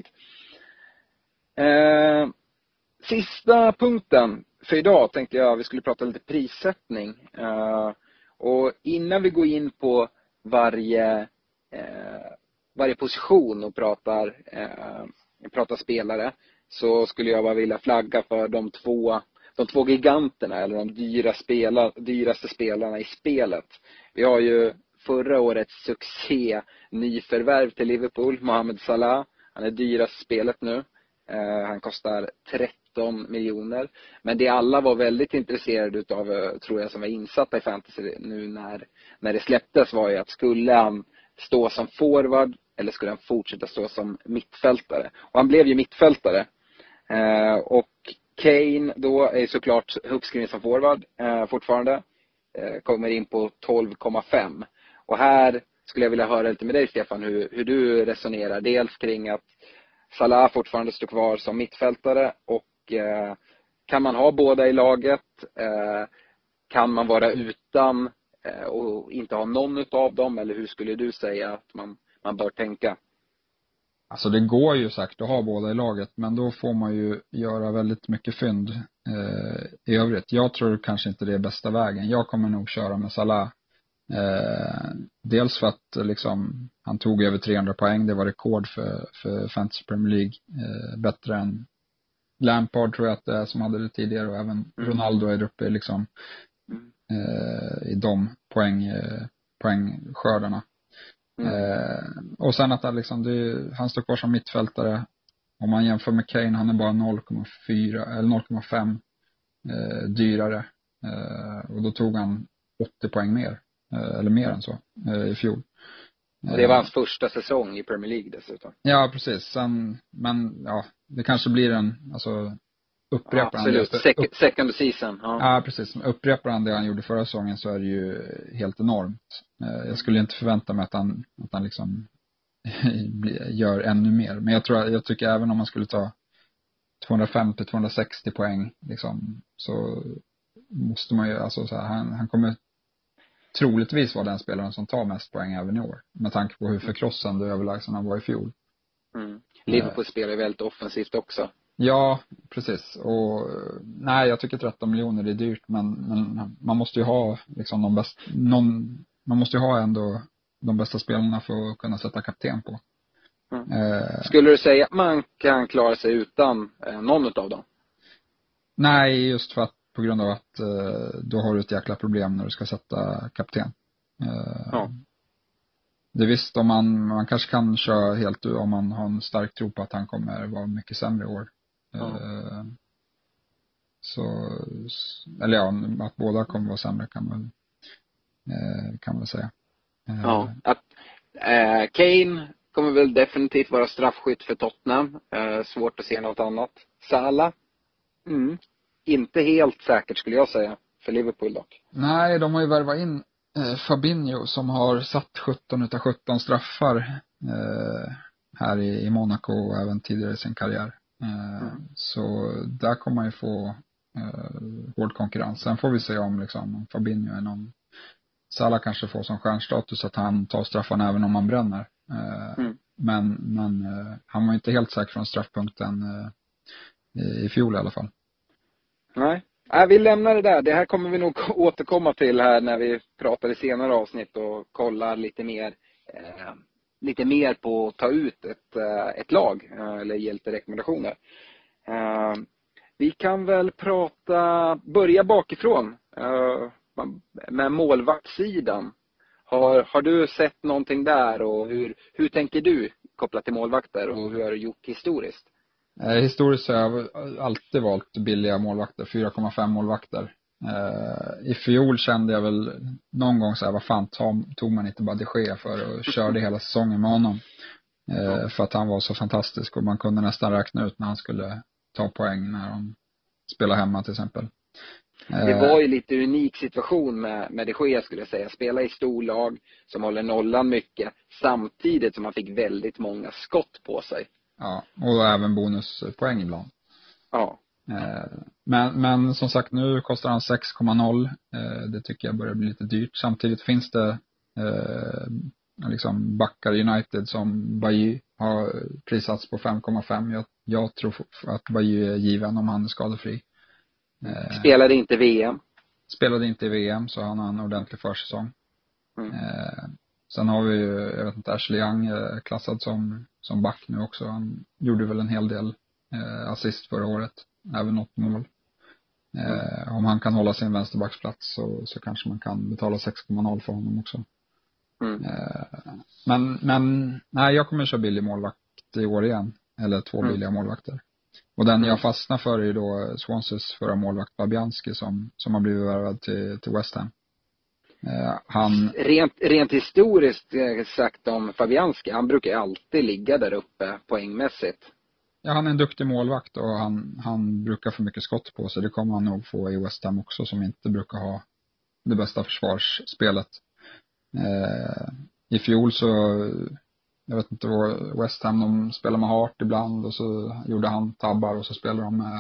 Sista punkten för idag tänkte jag vi skulle prata lite prissättning. Och innan vi går in på varje position och pratar spelare, så skulle jag bara vilja flagga för de två giganterna, eller de dyraste spelarna i spelet. Vi har ju förra årets succé nyförvärv till Liverpool, Mohamed Salah. Han är dyrast spelet nu. Han kostar 13 miljoner. Men det alla var väldigt intresserade utav, tror jag, som var insatta i fantasy nu när det släpptes, var ju att skulle han stå som forward eller skulle han fortsätta stå som mittfältare. Och han blev ju mittfältare. Och Kane då är såklart uppskriven som forward fortfarande. Kommer in på 12,5. Och här skulle jag vilja höra lite med dig, Stefan, hur du resonerar. Dels kring att Salah fortfarande står kvar som mittfältare, och kan man ha båda i laget? Kan man vara utan och inte ha någon av dem? Eller hur skulle du säga att man bör tänka? Alltså det går ju sagt att ha båda i laget, men då får man ju göra väldigt mycket fynd i övrigt. Jag tror kanske inte det är bästa vägen. Jag kommer nog köra med Salah. Dels för att liksom, han tog över 300 poäng. Det var rekord för Fantasy Premier League. Bättre än Lampard tror jag att det är, som hade det tidigare. Och även Ronaldo är uppe liksom, i de poängskördarna. Och sen att liksom, han står kvar som mittfältare. Om man jämför med Kane, han är bara 0,4 eller 0,5 dyrare. Och då tog han 80 poäng mer. Eller mer än så i fjol. Och det var hans första säsong i Premier League dessutom. Ja, precis. Sen, men ja, det kanske blir upprepar han absolut. Second season. Ja, precis. Upprepar han det han gjorde förra säsongen så är det ju helt enormt. Jag skulle inte förvänta mig att han liksom gör ännu mer. Men jag tycker även om man skulle ta 250-260 poäng liksom, så måste man ju, alltså så här, han kommer troligtvis vara den spelaren som tar mest poäng även i år. Med tanke på hur förkrossande överlägsen han var i fjol. Liverpool spelar ju väldigt offensivt också. Ja, precis. Och nej, jag tycker 13 miljoner är dyrt, men man måste ju ha liksom man måste ju ha ändå de bästa spelarna för att kunna sätta kapten på. Skulle du säga att man kan klara sig utan någon av dem? Nej, just för att på grund av att då har du ett jäkla problem när du ska sätta kapten. Ja. Det är visst, om man kanske kan köra helt om man har en stark tro på att han kommer vara mycket sämre i år. Så, eller ja, att båda kommer vara sämre kan man väl säga. Ja, att Kane kommer väl definitivt vara straffskytt för Tottenham. Svårt att se något annat. Salah? Inte helt säkert skulle jag säga. För Liverpool dock. Nej, de har ju värvat in Fabinho som har satt 17 utav 17 straffar här i Monaco och även tidigare i sin karriär. Så där kommer man ju få hård konkurrens. Sen får vi se om Fabinho är någon. Salah kanske får som stjärnstatus att han tar straffarna även om man bränner. Men han var inte helt säker från straffpunkten i fjol i alla fall. Nej, vi lämnar det där. Det här kommer vi nog återkomma till här när vi pratar i senare avsnitt och kollar lite mer på att ta ut ett lag eller ge lite rekommendationer. Vi kan väl börja bakifrån med målvaktssidan. Har du sett någonting där och hur tänker du kopplat till målvakter och hur har du gjort historiskt? Historiskt har jag alltid valt billiga målvakter, 4,5 målvakter. I fjol kände jag väl någon gång så här, vad fan tog man inte bara de Gea för och körde hela säsongen med honom. För att han var så fantastisk och man kunde nästan räkna ut när han skulle ta poäng när de spelade hemma till exempel. Det var ju lite unik situation med de Gea skulle jag säga. Spela i storlag som håller nollan mycket samtidigt som han fick väldigt många skott på sig. Ja, och även bonuspoäng ibland. Ja. Men som sagt, nu kostar han 6,0. Det tycker jag börjar bli lite dyrt. Samtidigt finns det backar United som Bailly har prisats på 5,5. Jag tror att Bailly är given om han är skadefri. Spelade inte VM. Spelade inte i VM, så han har en ordentlig försäsong. Sen har vi ju, jag vet inte, Ashley Young klassad som back nu också. Han gjorde väl en hel del assist förra året. Även något mål. Om han kan hålla sin vänsterbacksplats så kanske man kan betala 6,0 för honom också. Men nej, jag kommer köra billig målvakt i år igen. Eller 2 billiga målvakter. Och den jag fastnar för är då Swanseas förra målvakt Fabianski som har blivit värvad till West Ham. Rent historiskt sagt om Fabianski, han brukar alltid ligga där uppe poängmässigt. Ja, han är en duktig målvakt och han brukar få mycket skott på sig. Det kommer han nog få i West Ham också, som inte brukar ha det bästa försvarsspelet. I fjol så, jag vet inte, West Ham, de spelar med Hart ibland och så gjorde han tabbar och så spelade de med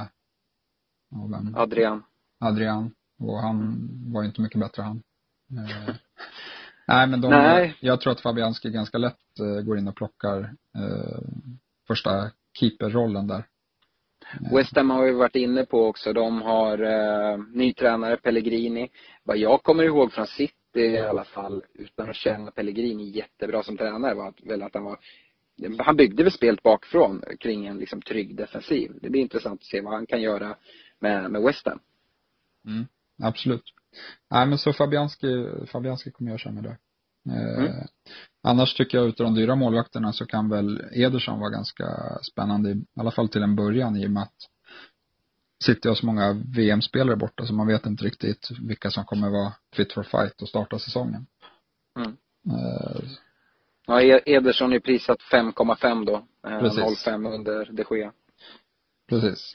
Adrian och han var inte mycket bättre han. Nej, men jag tror att Fabianski ganska lätt går in och plockar första keeperrollen där. West Ham har vi varit inne på också. De har ny tränare Pellegrini. Vad jag kommer ihåg från City i alla fall, utan att känna Pellegrini jättebra som tränare, var väl att han byggde väl spelet bakifrån kring en trygg defensiv. Det blir intressant att se vad han kan göra med West Ham. Absolut. Nej, men så Fabianski kommer jag köra med det. Annars tycker jag, utav de dyra målvakterna så kan väl Ederson vara ganska spännande, i alla fall till en början, i och med att City har så många VM-spelare borta så man vet inte riktigt vilka som kommer vara fit for fight och starta säsongen. Ja, Ederson är prisat 5,5 då. 0,5 under de Gea. Precis.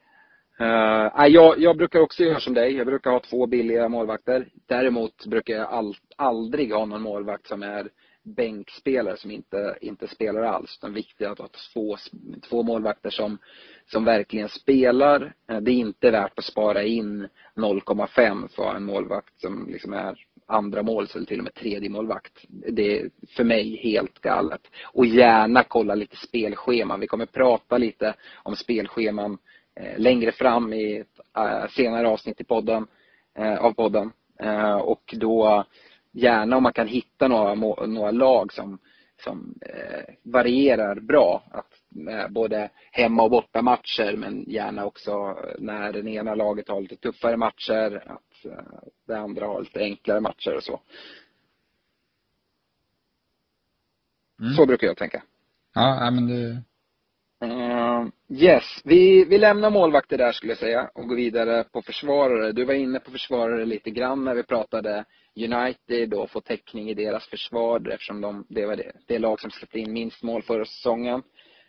Jag brukar också göra som dig. Jag brukar ha 2 billiga målvakter. Däremot brukar jag aldrig ha någon målvakt som är bänkspelare, som inte spelar alls. Det är viktigt att ha 2 målvakter som verkligen spelar. Det är inte värt att spara in 0,5 för en målvakt som är andra mål eller till och med tredje målvakt. Det är för mig helt galet. Och gärna kolla lite spelscheman. Vi kommer prata lite om spelscheman längre fram i ett senare avsnitt av podden. Och då gärna om man kan hitta några lag som varierar bra, att med både hemma- och bortamatcher, men gärna också när den ena laget har lite tuffare matcher, att det andra har lite enklare matcher och så. Så brukar jag tänka. Ja, men det... Yes, vi lämnar målvakter där skulle jag säga och går vidare på försvarare. Du var inne på försvarare lite grann när vi pratade United och få täckning i deras försvar, eftersom det var det lag som släppte in minst mål förra säsongen.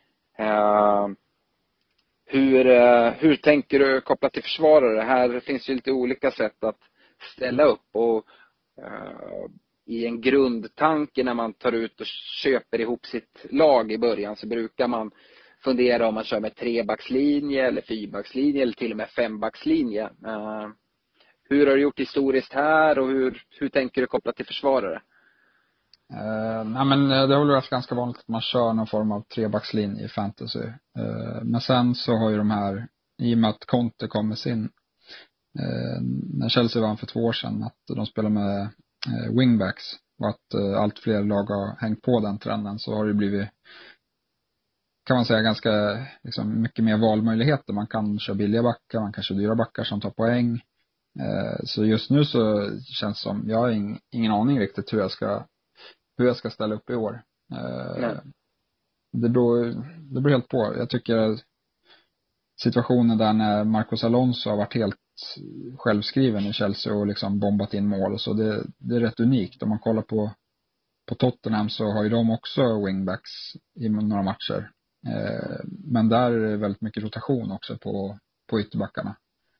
Hur tänker du kopplat till försvarare? Här finns ju lite olika sätt att ställa upp, och i en grundtanke när man tar ut och köper ihop sitt lag i början så brukar man fundera om man kör med 3-backslinje eller 4-backslinje eller till och med 5-backslinje. Hur har du gjort historiskt här och hur tänker du kopplat till försvarare? Nej, men det har varit ganska vanligt att man kör någon form av 3-backslinje i fantasy. Men sen så har ju de här, i och med att Conte kom med sin, när Chelsea vann för 2 år sedan, att de spelar med wingbacks och att allt fler lag har hängt på den trenden, så har det blivit, kan man säga, ganska liksom, mycket mer valmöjligheter. Man kan köra billiga backar, man kan köra dyra backar som tar poäng. Så just nu så känns det som, jag har ingen aning riktigt hur jag ska ställa upp i år. Det beror helt på. Jag tycker situationen där när Marcos Alonso har varit helt självskriven i Chelsea och liksom bombat in mål och så, det är rätt unikt. Om man kollar på Tottenham så har ju de också wingbacks i några matcher. Men där är det väldigt mycket rotation också på ytterbackarna.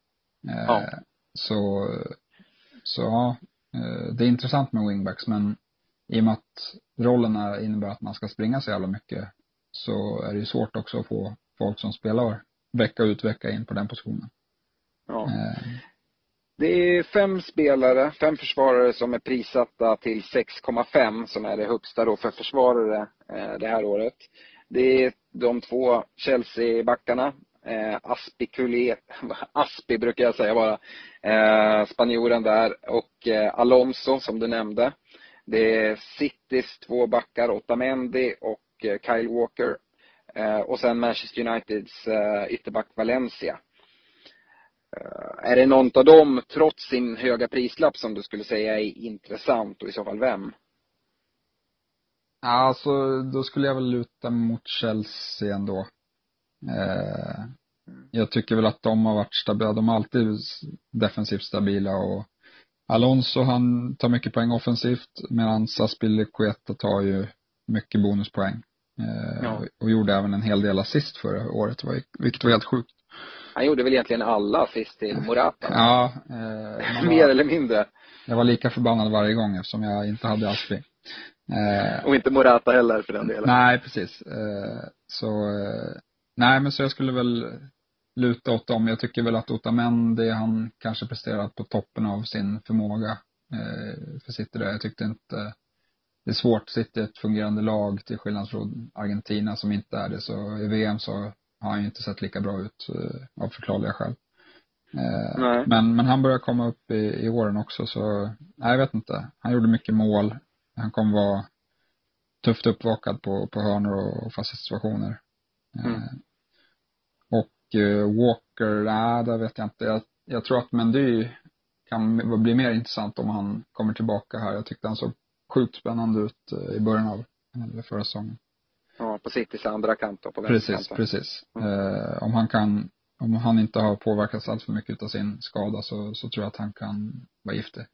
Så ja, det är intressant med wingbacks, men i och med att rollerna innebär att man ska springa så jävla mycket, så är det ju svårt också att få folk som spelar vecka ut vecka in på den positionen. Ja. Det är 5 försvarare som är prissatta till 6,5 som är det högsta då för försvarare det här året. Det är de 2 Chelsea-backarna, Aspi brukar jag säga bara, spanjoren där, och Alonso som du nämnde. Det är Citys 2 backar, Otamendi och Kyle Walker, och sen Manchester Uniteds ytterback Valencia. Är det någon av dem, trots sin höga prislapp, som du skulle säga är intressant, och i så fall vem? Alltså, då skulle jag väl luta mot Chelsea ändå. Jag tycker väl att de har varit stabila. De har alltid defensivt stabila, och Alonso, han tar mycket poäng offensivt, medan Azpilicueta tar ju mycket bonuspoäng. Och gjorde även en hel del assist förra året, vilket var helt sjukt. Han gjorde väl egentligen alla assist till Morata? Ja. Mer eller mindre. Jag var lika förbannad varje gång eftersom jag inte hade Aspi. Och inte Morata heller för den delen. Nej, precis. Nej, men så jag skulle väl luta åt dem. Jag tycker väl att Otamendi, han kanske presterat på toppen av sin förmåga för City där. Jag tyckte inte, det är svårt att sitta i ett fungerande lag till skillnad från Argentina som inte är det. Så i VM så har han ju inte sett lika bra ut av förklarliga skäl. Men han börjar komma upp i åren också, så nej, jag vet inte. Han gjorde mycket mål. Han kommer vara tufft uppvakad på hörnor och fasta situationer. Och Walker, det vet jag inte. Jag tror att Mendy kan bli mer intressant om han kommer tillbaka här. Jag tyckte han såg sjukt spännande ut i början av förra säsongen. Ja, på Citys andra kant och på vänsterkanten. Precis. Om han inte har påverkats allt för mycket av sin skada, så tror jag att han kan vara giftig.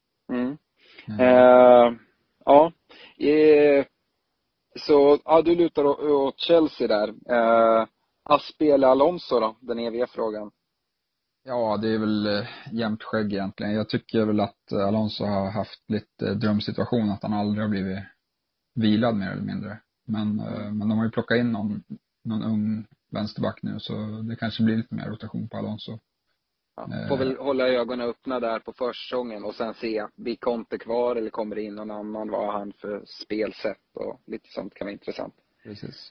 Så du lutar åt Chelsea där. Aspi eller Alonso då, den eviga frågan. Ja, det är väl jämnt skägg egentligen. Jag tycker väl att Alonso har haft lite drömsituation, att han aldrig har blivit vilad mer eller mindre. Men de har ju plockat in någon ung vänsterback nu, så det kanske blir lite mer rotation på Alonso. Får väl hålla ögonen öppna där på försäsongen och sen se, blir Conte kvar eller kommer det in någon annan, vad har han för spelsätt och lite sånt kan vara intressant. Precis.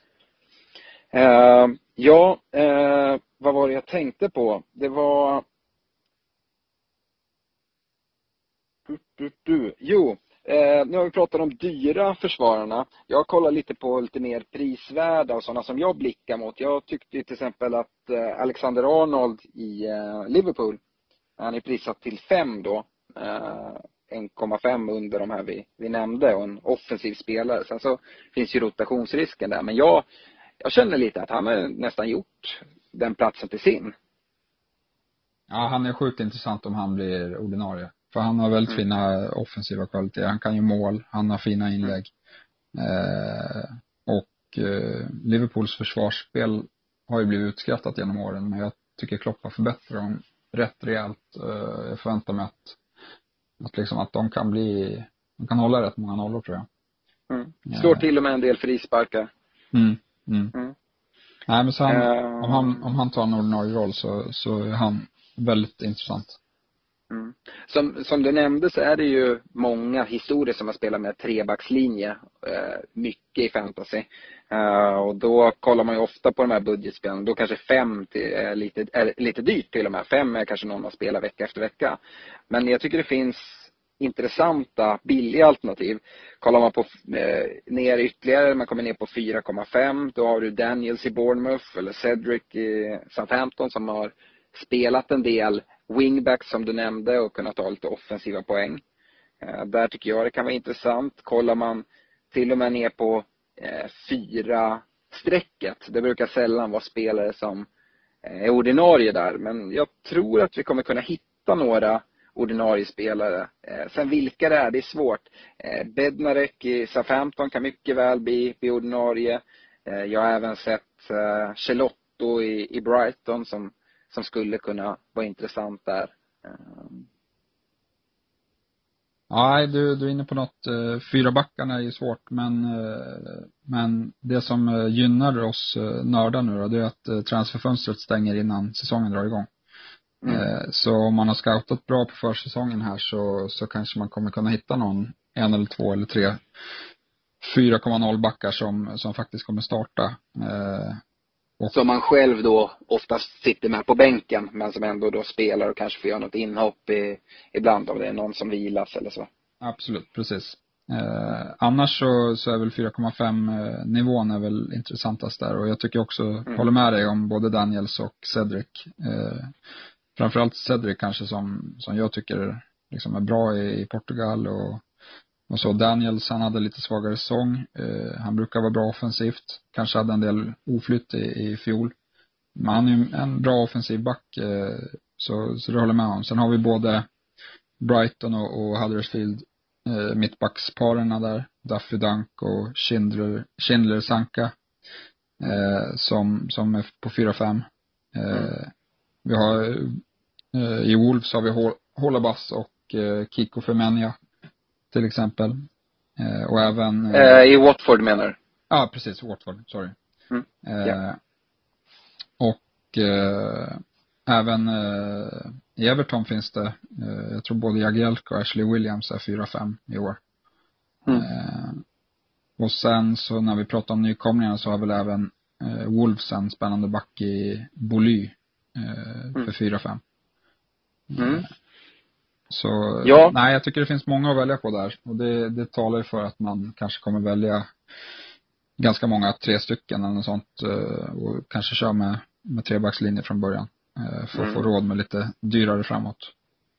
Vad var det jag tänkte på? Det var Nu har vi pratat om dyra försvararna. Jag kollar lite på lite mer prisvärda och sådana som jag blickar mot. Jag tyckte till exempel att Alexander Arnold i Liverpool, han är prissatt till 5 då. 1,5 under de här vi nämnde och en offensiv spelare. Sen så finns ju rotationsrisken där. Men jag känner lite att han har nästan gjort den platsen till sin. Ja, han är sjukt intressant om han blir ordinarie. För han har väldigt fina offensiva kvaliteter. Han kan ju mål, han har fina inlägg. Liverpools försvarsspel har ju blivit utskrattat genom åren. Men jag tycker Klopp har förbättrat dem rätt rejält. Jag förväntar mig att de kan hålla rätt många nollor, tror jag. Slår till och med en del frisparkar. Nej, men så om han tar en ordinarie roll så är han väldigt intressant. Som du nämnde så är det ju många historier som har spelat med trebackslinje, mycket i fantasy. Och då kollar man ju ofta på de här budgetspelen. Då kanske 5 är lite dyrt till och med. 5 är kanske någon man spelar vecka efter vecka. Men jag tycker det finns intressanta, billiga alternativ. Kollar man på ner ytterligare, man kommer ner på 4,5. Då har du Daniels i Bournemouth eller Cedric i Southampton som har spelat en del wingbacks som du nämnde och kunnat ta lite offensiva poäng. Där tycker jag det kan vara intressant. Kollar man till och med ner på 4-strecket. Det brukar sällan vara spelare som är ordinarie där. Men jag tror att vi kommer kunna hitta några ordinarie spelare. Sen vilka det är svårt. Bednarek i Southampton kan mycket väl bli ordinarie. Jag har även sett Chelotto i Brighton som skulle kunna vara intressant där. Ja, du är inne på något. 4 backarna är ju svårt, men det som gynnar oss nördar nu då, det är att transferfönstret stänger innan säsongen drar igång. Så om man har scoutat bra på försäsongen här så kanske man kommer kunna hitta någon 1 eller 2 eller 3 4,0 backar som faktiskt kommer starta. Som man själv då oftast sitter med på bänken, men som ändå då spelar och kanske får göra något inhopp ibland om det är någon som vilas eller så. Absolut, precis. Annars så är väl 4,5 nivån är väl intressantast där. Och jag tycker också, håller med dig om både Daniels och Cedric. Framförallt Cedric kanske som jag tycker liksom är bra i Portugal och så. Daniels, han hade lite svagare säsong. Han brukar vara bra offensivt. Kanske hade en del oflytt i fjol. Men han är ju en bra offensiv back. Så det håller med om. Sen har vi både Brighton och Huddersfield mittbacksparerna där. Duffy Dunk och Schindler Sanka. Som är på 4-5. Vi har i Wolves har vi Holabas och Kiko Femenia till exempel. Och även i Watford menar du? Ja, precis, Watford, sorry. Och även i Everton finns det jag tror både Jagielka och Ashley Williams är 4-5 i år. Och sen så när vi pratar om nykomlingarna så har väl även Wolves en spännande back i Boly för 4-5. Så ja. Nej, jag tycker det finns många att välja på där. Och det talar ju för att man kanske kommer välja ganska många 3 stycken eller något sånt. Och kanske köra med 3-backslinje från början. För att få råd med lite dyrare framåt.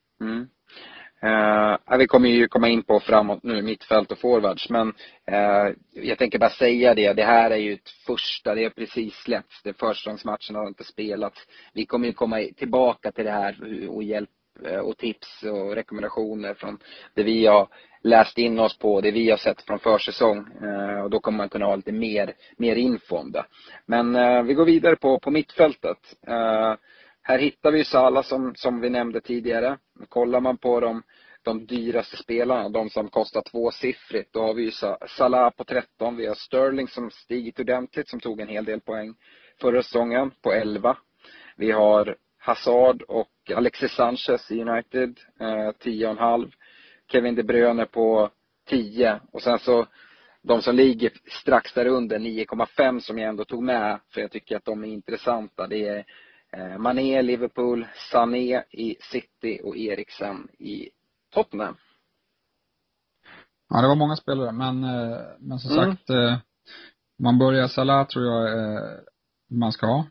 Vi kommer ju komma in på framåt nu, mittfält och forwards. Men jag tänker bara säga det här är ju ett första, det är precis släppts. Det försäsongsmatchen har inte spelats. Vi kommer ju komma tillbaka till det här och hjälp och tips och rekommendationer från det vi har läst in oss på, det vi har sett från försäsong. Och då kommer man kunna ha lite mer info om det. Men vi går vidare på mittfältet. Här hittar vi Salah som vi nämnde tidigare. Kollar man på de dyraste spelarna, de som kostar 2-siffrigt, då har vi ju Salah på 13. Vi har Sterling som stigit ordentligt, som tog en hel del poäng förra säsongen på 11. Vi har Hazard och Alexis Sanchez i United 10,5. Kevin De Bruyne på 10. Och sen så de som ligger strax där under 9,5 som jag ändå tog med, för jag tycker att de är intressanta. Det är Mané, Liverpool, Sané i City och Eriksen i Tottenham. Ja, det var många spelare, men som sagt, man börjar Salah tror jag man ska ha.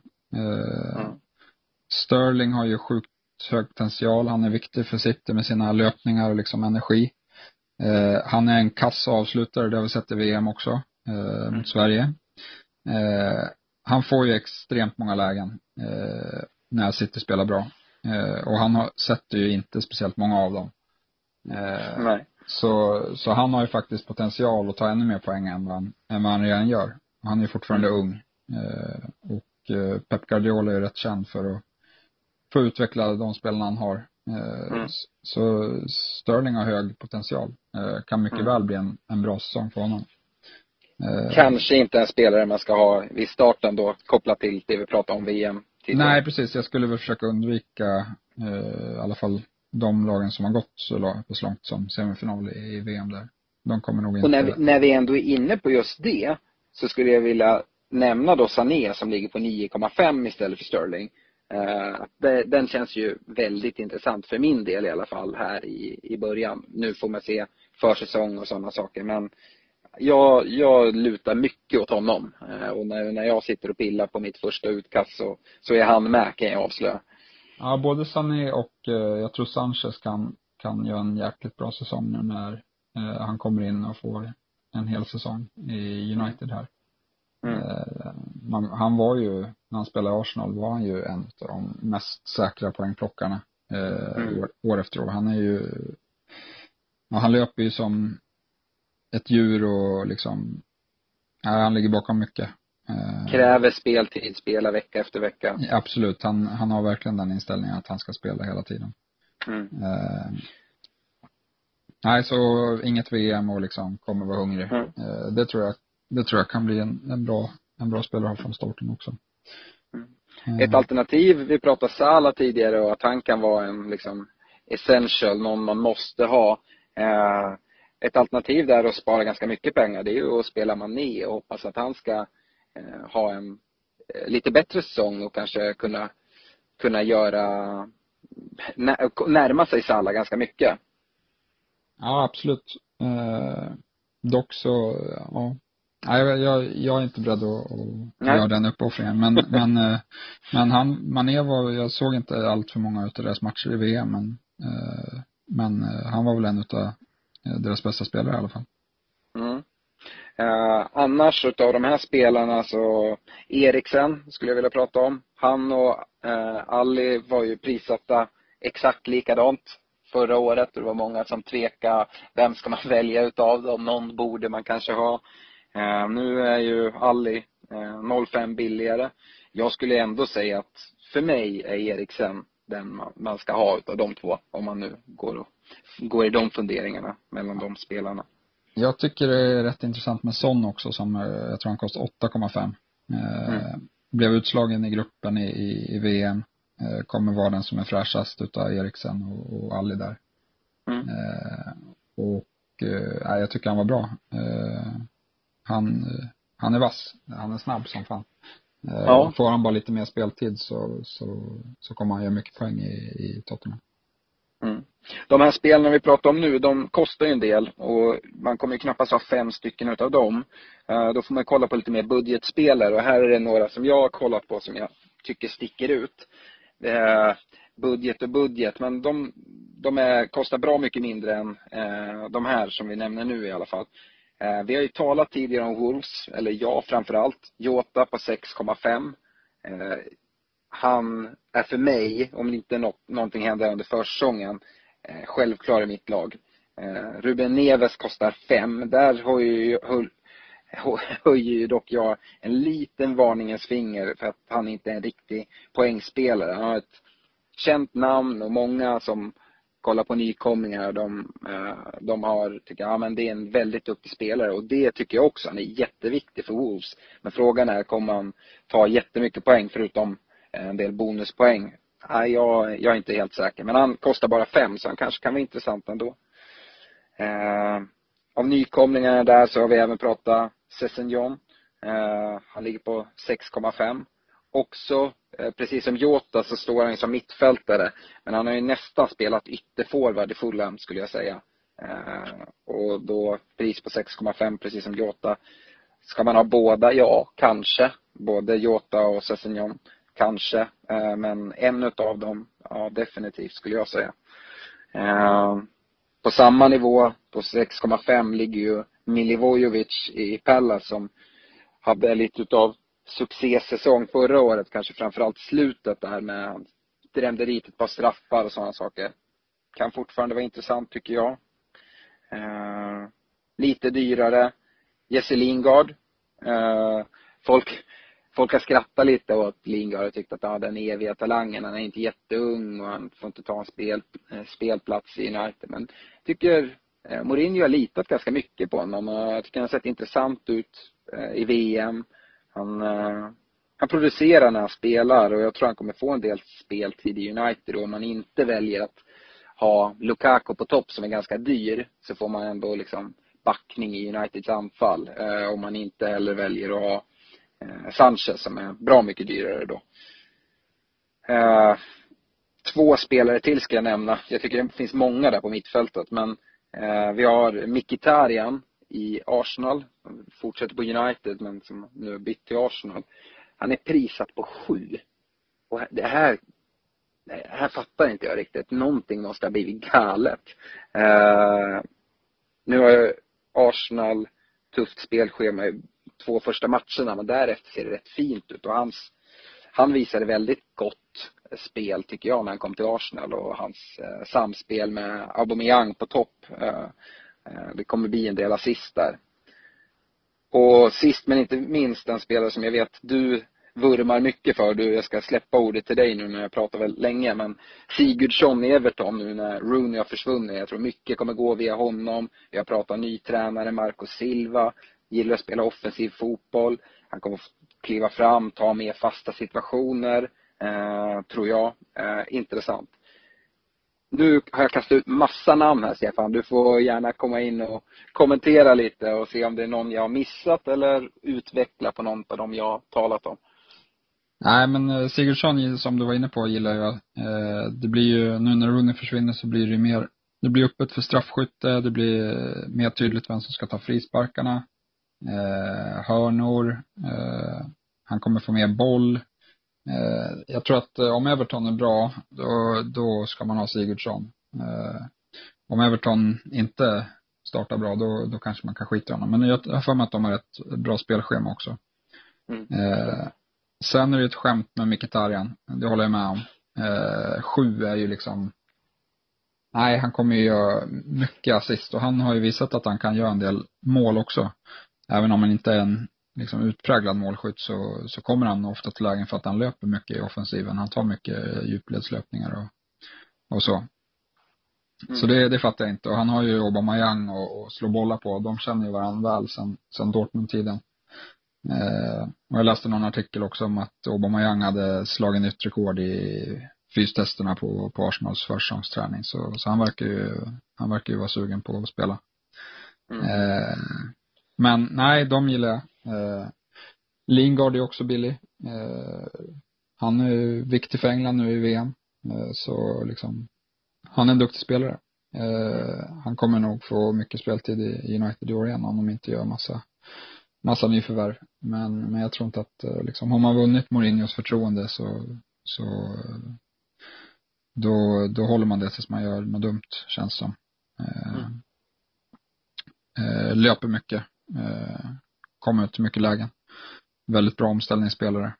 Sterling har ju sjukt hög potential. Han är viktig för City med sina löpningar och liksom energi. Han är en kass avslutare, det har vi sett i VM också mot Sverige. Han får ju extremt många lägen när City spelar bra. Och han sätter ju inte speciellt många av dem. Nej. Så han har ju faktiskt potential att ta ännu mer poäng än vad han redan gör. Han är ju fortfarande ung. Och Pep Guardiola är ju rätt känd för att få utveckla de spelarna han har. Så Sterling har hög potential. Kan mycket väl bli en bra säsong för honom. Kanske inte en spelare man ska ha vid starten då, kopplat till det vi pratade om VM tidigare. Nej, precis. Jag skulle väl försöka undvika i alla fall de lagen som har gått så långt som semifinal i VM där. De kommer nog inte... Och när vi ändå är inne på just det, så skulle jag vilja nämna då Sané som ligger på 9,5 istället för Sterling. Den känns ju väldigt intressant för min del i alla fall här i början. Nu får man se försäsong och sådana saker, men jag lutar mycket åt honom. Och när jag sitter och pillar på mitt första utkast så är han med, kan jag avslöja. Ja, både Sané och jag tror Sanchez kan göra en jäkligt bra säsong nu när han kommer in och får en hel säsong i United här. Han var ju, när han spelade i Arsenal var han ju en av de mest säkra poängplockarna år efter år. Han är ju, han löper ju som ett djur och liksom, han ligger bakom mycket. Kräver speltid, spela vecka efter vecka. Ja, absolut, han har verkligen den inställningen att han ska spela hela tiden. Nej, så inget VM och liksom kommer vara hungrig. Det tror jag kan bli en bra spelare från starten också. Ett alternativ, vi pratade Salah tidigare och att han kan vara en liksom essential, någon man måste ha. Ett alternativ där att spara ganska mycket pengar, det är ju att spela Mané och hoppas att han ska ha en lite bättre säsong och kanske kunna göra närma sig Salah ganska mycket. Ja, absolut. Dock så, ja. Nej, jag är inte beredd att göra den uppoffringen. Men Mané jag såg inte allt för många utav deras matcher i VM, men han var väl en utav deras bästa spelare i alla fall. Annars utav de här spelarna så Eriksen skulle jag vilja prata om. Han och Ali var ju prissatta exakt likadant förra året. Det var många som tvekade, vem ska man välja utav dem? Någon borde man kanske ha. Nu är ju Ali 0,5 billigare. Jag skulle ändå säga att för mig är Eriksen den man ska ha utav de två, om man nu går i de funderingarna mellan de spelarna. Jag tycker det är rätt intressant med Son också, som jag tror han kostar 8,5. Blev utslagen i gruppen i VM. Kommer vara den som är fräschast utav Eriksen och Ali där. Jag tycker han var bra. Han är vass. Han är snabb som fan. Får han bara lite mer speltid så kommer han göra mycket poäng i Tottenham. De här spelarna vi pratar om nu, de kostar ju en del och man kommer ju knappast ha 5 stycken utav dem. Då får man kolla på lite mer budgetspelare, och här är det några som jag har kollat på som jag tycker sticker ut. Budget, men de kostar bra mycket mindre än de här som vi nämner nu i alla fall. Vi har ju talat tidigare om Wolves, eller jag framförallt. Jota på 6,5. Han är för mig, om inte någonting händer under försäsongen, självklar i mitt lag. Ruben Neves kostar 5. Där höjer ju dock jag en liten varningens finger för att han inte är en riktig poängspelare. Han har ett känt namn och många som kollar på nykomlingar, de har tycker men det är en väldigt duktig spelare, och det tycker jag också. Han är jätteviktig för Wolves. Men frågan är, kommer han ta jättemycket poäng förutom en del bonuspoäng? Nej, jag är inte helt säker. Men han kostar bara 5, så han kanske kan vara intressant ändå. Av nykomlingarna där så har vi även pratat Sessegnon. Han ligger på 6,5. Också, precis som Jota, så står han som mittfältare. Men han har ju nästan spelat ytterforward i Fulham, skulle jag säga. Och då pris på 6,5 precis som Jota. Ska man ha båda? Ja, kanske. Både Jota och Sessegnon. Kanske. Men en utav dem, ja, definitivt skulle jag säga. På samma nivå, på 6,5 ligger ju Milivojevic i Pella som hade lite utav succésäsong förra året. Kanske framförallt slutet där med han drämde dit ett par straffar och sådana saker. Kan fortfarande vara intressant tycker jag. Lite dyrare. Jesse Lingard. Folk har skrattat lite åt Lingard och tyckt att den eviga talangen. Han är inte jätteung och han får inte ta en spelplats i United. Men jag tycker Mourinho har litat ganska mycket på honom. Jag tycker han har sett intressant ut i VM. Han producerar när han spelar och jag tror han kommer få en del speltid i United. Och om man inte väljer att ha Lukaku på topp som är ganska dyr så får man ändå liksom backning i Uniteds anfall. Om man inte heller väljer att ha Sanchez som är bra mycket dyrare då. 2 spelare till ska jag nämna. Jag tycker det finns många där på mittfältet. Men vi har Mkhitaryan i Arsenal. Han fortsätter på United men som nu har bytt till Arsenal. Han är prissatt på 7. Och det här fattar inte jag riktigt. Någonting måste ha blivit galet. Nu har Arsenal tufft spelschema i 2 första matcherna. Men därefter ser det rätt fint ut. Och han visade väldigt gott spel tycker jag när han kom till Arsenal. Och hans samspel med Aubameyang på topp. Det kommer bli en del assist där. Och sist men inte minst en spelare som jag vet du vurmar mycket för. Jag ska släppa ordet till dig nu när jag pratar väl länge. Men Sigurdsson i Everton nu när Rooney har försvunnit. Jag tror mycket kommer gå via honom. Jag pratar ny tränare Marco Silva. Gillar att spela offensiv fotboll. Han kommer kliva fram, ta mer fasta situationer. Tror jag. Intressant. Nu har jag kastat ut massa namn här Stefan. Du får gärna komma in och kommentera lite och se om det är någon jag har missat eller utveckla på någon av dem jag har talat om. Nej, men Sigurdsson som du var inne på gillar jag. Det blir ju, nu när Rooney försvinner så blir det mer, det blir öppet för straffskytte, det blir mer tydligt vem som ska ta frisparkarna. Hörnor, han kommer få mer boll. Jag tror att om Everton är bra då ska man ha Sigurdsson. Om Everton inte startar bra då kanske man kan skita i honom. Men jag har för mig att de har ett bra spelschema också. Sen är det ett skämt med Mkhitaryan. Det håller jag med om. 7 är ju liksom, nej, han kommer ju göra mycket assist. Och han har ju visat att han kan göra en del mål också. Även om han inte är en liksom utpräglad målskytt så kommer han ofta till lägen för att han löper mycket i offensiven. Han tar mycket djupledslöpningar och så. Så det fattar jag inte. Och han har ju Aubameyang och slå bollar på. De känner ju varandra väl sen Dortmund-tiden. Och jag läste någon artikel också om att Aubameyang hade slagit nytt rekord i fystesterna på Arsenals försäsongsträning. Så han verkar ju vara sugen på att spela. Men nej, de gillar jag. Lingard är också billig. Han är ju viktig för England nu i VM. Så liksom, han är en duktig spelare. Han kommer nog få mycket speltid i United i år igen om de inte gör massa nyförvärv. Men jag tror inte att liksom, har man vunnit Mourinhos förtroende så då håller man det tills man gör något dumt, känns som. Löper mycket. Kommer ut till mycket lägen. Väldigt bra omställningsspelare.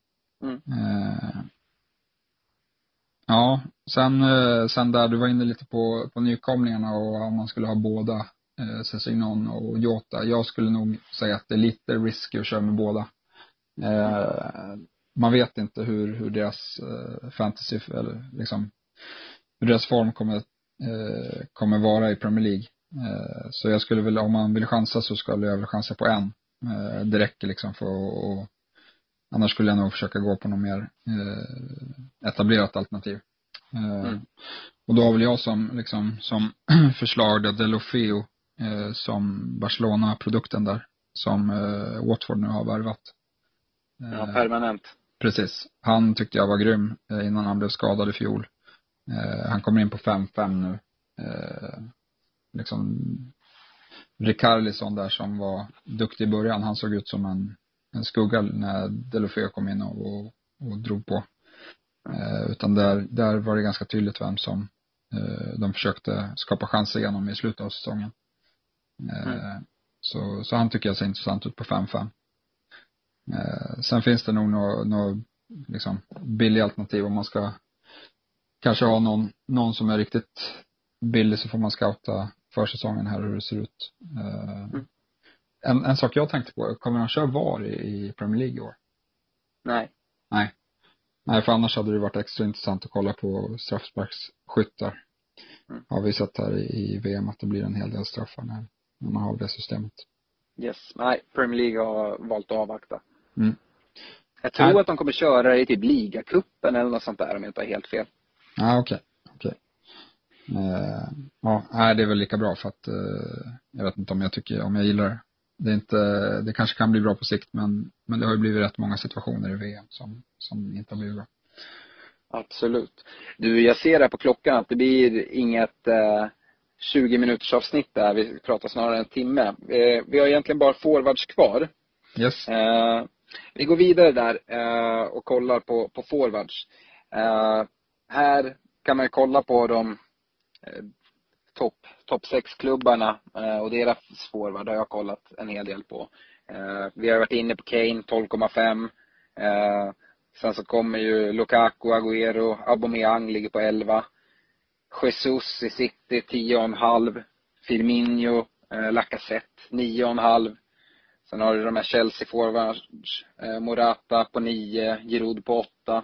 Ja, sen där du var inne lite på nykomlingarna och om man skulle ha båda Sessegnon och Jota. Jag skulle nog säga att det är lite risky att köra med båda. Man vet inte hur deras fantasy eller liksom hur deras form kommer vara i Premier League. Så jag skulle väl, om man vill chansa så skulle jag väl chansa på en. Det räcker liksom för och annars skulle jag nog försöka gå på något mer etablerat alternativ. Och då har väl jag som förslag där Deulofeu som Barcelona-produkten där som Watford nu har värvat. Ja, permanent. Precis. Han tyckte jag var grym innan han blev skadad i fjol. Han kommer in på 5-5 nu. liksom Rikarlison där som var duktig i början. Han såg ut som en skugga när Deulofeu kom in och drog på. Utan där var det ganska tydligt vem som de försökte skapa chanser genom i slutet av säsongen. Så han tycker jag ser intressant ut på 5-5. Sen finns det nog något liksom billig alternativ om man ska kanske ha någon som är riktigt billig, så får man scouta försäsongen här hur det ser ut. En sak jag tänkte på, kommer han köra VAR i Premier League i år? Nej, för annars hade det varit extra intressant att kolla på straffsparksskyttar. Har vi sett här i VM att det blir en hel del straffar när man har det systemet. Yes, nej, Premier League har valt att avvakta. Jag tror Nej. att de kommer köra i typ ligacupen eller något sånt där om jag inte har helt fel. Ja, okej. Ja, det är väl lika bra för att jag vet inte om jag gillar det. Det kanske kan bli bra på sikt, men det har ju blivit rätt många situationer i VM som inte har blivit bra. Absolut. Du, jag ser här på klockan att det blir inget 20 minuters avsnitt där. Vi pratar snarare en timme. Vi har egentligen bara forwards kvar. Yes. Vi går vidare där och kollar på forwards. Här kan man ju kolla på de topp 6-klubbarna och deras forward har jag kollat en hel del på. Vi har varit inne på Kane 12,5. Sen så kommer ju Lukaku, Agüero, Aubameyang ligger på 11. Jesus i City 10,5. Firmino, Lacazette 9,5. Sen har du de här Chelsea forwards, Morata på 9, Giroud på 8.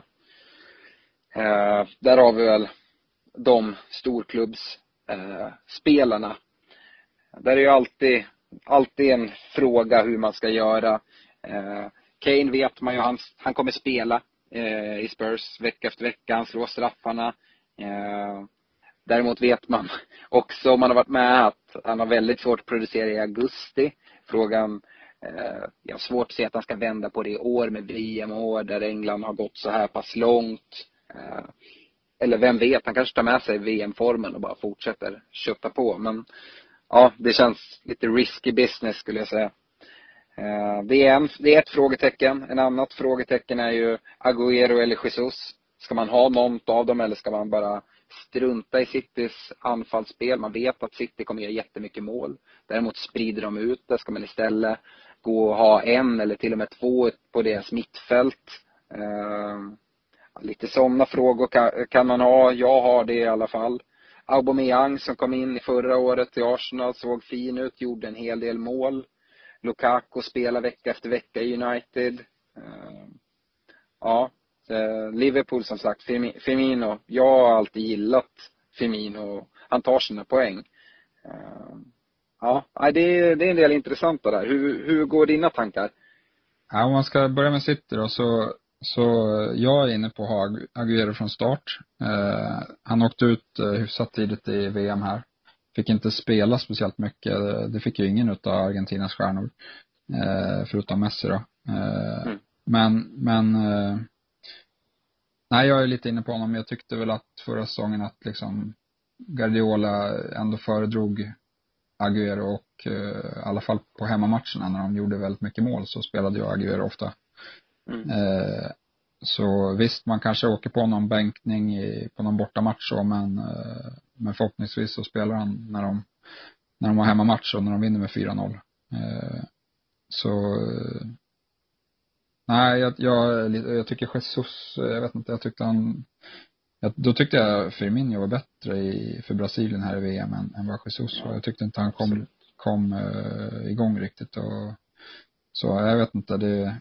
Där har vi väl de storklubbs spelarna. Där är ju alltid en fråga hur man ska göra. Kane vet man ju, han kommer spela i Spurs vecka efter vecka. Han slår straffarna. Däremot vet man också, om man har varit med, att han har väldigt svårt att producera i augusti. Frågan, jag har svårt att se att han ska vända på det i år med VM-år där England har gått så här pass långt. Eller vem vet, han kanske tar med sig VM-formen och bara fortsätter kötta på. Men ja, det känns lite risky business skulle jag säga. Det är ett frågetecken. En annat frågetecken är ju Agüero eller Jesus. Ska man ha någon av dem eller ska man bara strunta i Citys anfallsspel? Man vet att City kommer göra jättemycket mål. Däremot sprider de ut det. Ska man istället gå och ha en eller till och med två på deras mittfält? Lite sådana frågor kan man ha. Jag har det i alla fall. Aubameyang som kom in i förra året i Arsenal såg fin ut, gjorde en hel del mål. Lukaku spelar vecka efter vecka i United. Liverpool som sagt, Firmino. Jag har alltid gillat Firmino. Han tar sina poäng. Det är en del intressanta där. Hur går dina tankar? Ja, om man ska börja med City då, så jag är inne på att ha Agüero från start. Han åkte ut hyfsat tidigt i VM här. Fick inte spela speciellt mycket. Det fick ju ingen utav Argentinas stjärnor. Förutom Messi då. Men nej, jag är lite inne på honom. Jag tyckte väl att förra säsongen att liksom Guardiola ändå föredrog Agüero och i alla fall på hemmamatcherna när de gjorde väldigt mycket mål så spelade jag Agüero ofta. Så visst, man kanske åker på någon bänkning på någon bortamatch så, men förhoppningsvis så spelar han när de har hemmamatch och när de vinner med 4-0. Nej, jag tycker Jesus, jag vet inte, då tyckte jag Firmino var bättre för Brasilien här i VM än vad Jesus var. Jag tyckte inte han kom igång riktigt och så jag vet inte,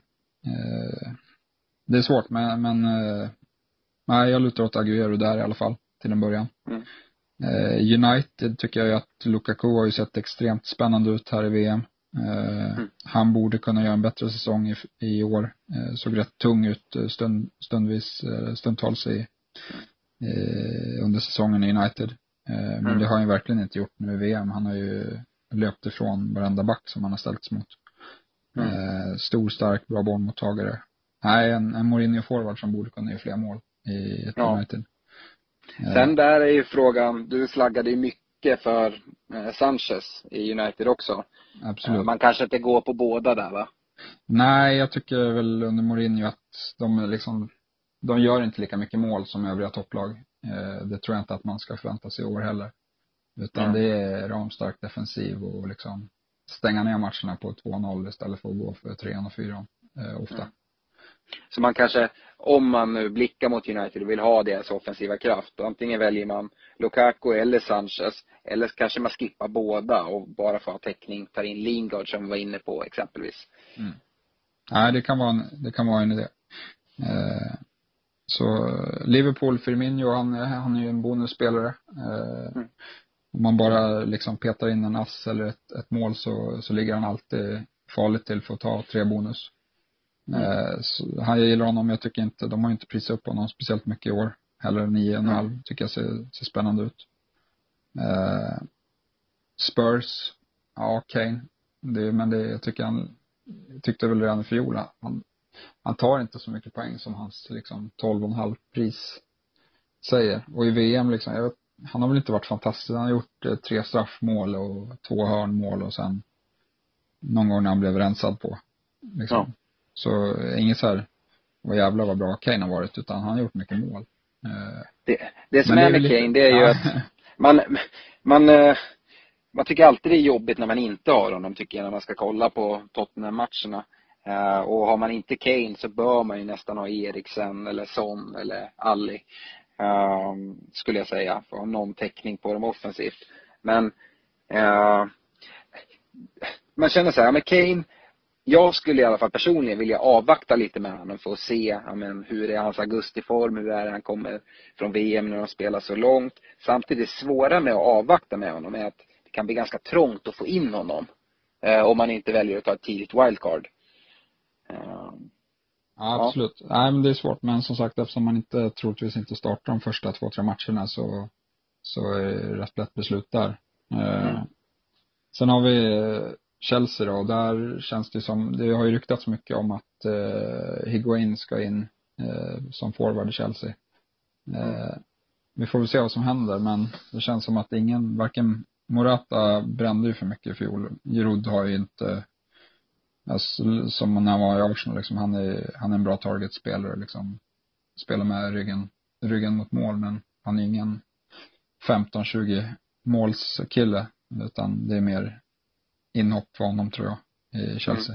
det är svårt men nej, jag lutar åt Agüero där i alla fall till en början. United tycker jag att Lukaku har ju sett extremt spännande ut här i VM. Han borde kunna göra en bättre säsong i år. Såg rätt tung ut stundtals under säsongen i United. Men det har han ju verkligen inte gjort nu i VM. Han har ju löpt ifrån varenda back som han har ställts mot. Stor, stark, bra bollmottagare. Nej, en Mourinho-forward som borde kunna göra fler mål i ett United. Sen där är ju frågan, du flaggade ju mycket för Sanchez i United också. Absolut. Man kanske inte går på båda där, va? Nej, jag tycker väl under Mourinho att de gör inte lika mycket mål som övriga topplag. Det tror jag inte att man ska förvänta sig i år heller. Utan det är ramstark defensiv och liksom stänga ner matcherna på 2-0 istället för att gå för 3 och 4 ofta. Så man kanske, om man nu blickar mot United och vill ha deras offensiva kraft, då antingen väljer man Lukaku eller Sanchez, eller kanske man skippar båda och bara får ha täckning, tar in Lingard som vi var inne på exempelvis. Nej, det kan vara en idé. Så Liverpool, Firmino, han är ju en bonusspelare. Om man bara liksom petar in en ass eller ett mål så ligger han alltid farligt till för att ta 3 bonus. Så jag gillar honom. Jag tycker inte, de har inte prisat upp honom speciellt mycket i år. Heller 9,5 tycker jag ser spännande ut. Spurs, ja, Kane. Jag tyckte väl redan i fjol. Han tar inte så mycket poäng som hans liksom 12,5 pris säger. Och i VM liksom, han har väl inte varit fantastisk. Han har gjort 3 straffmål och 2 hörnmål och sen någon gång när han blev rensad på. Liksom. Ja. Så inget så här, vad jävlar vad bra Kane har varit, utan han har gjort mycket mål. Det som är med Kane, det är ju att man tycker alltid det är jobbigt när man inte har honom, tycker jag, när man ska kolla på Tottenham-matcherna. Och har man inte Kane så bör man ju nästan ha Eriksen eller Son eller Ali, skulle jag säga, för att ha någon täckning på dem offensivt. Men man känner så här, med Kane, jag skulle i alla fall personligen vilja avvakta lite med honom för att se hur är hans augustiform, hur är det han kommer från VM när de spelar så långt. Samtidigt svåra med att avvakta med honom är att det kan bli ganska trångt att få in honom om man inte väljer att ta ett tidigt wildcard. Ja, absolut. Nej, men det är svårt, men som sagt, eftersom man troligtvis inte startar de första 2-3 matcherna så är det rätt lätt beslut där. Sen har vi Chelsea då, och där känns det som, det har ju ryktats mycket om att Higuain ska in som forward i Chelsea. Vi får väl se vad som händer, men det känns som att varken Morata brände ju för mycket i fjol. Giroud har ju inte, alltså, som när han var i Arsenal liksom, han är en bra targetspelare liksom, spelar med ryggen mot mål, men han är ingen 15-20 målskille, utan det är mer inhopp för honom, tror jag, i Chelsea.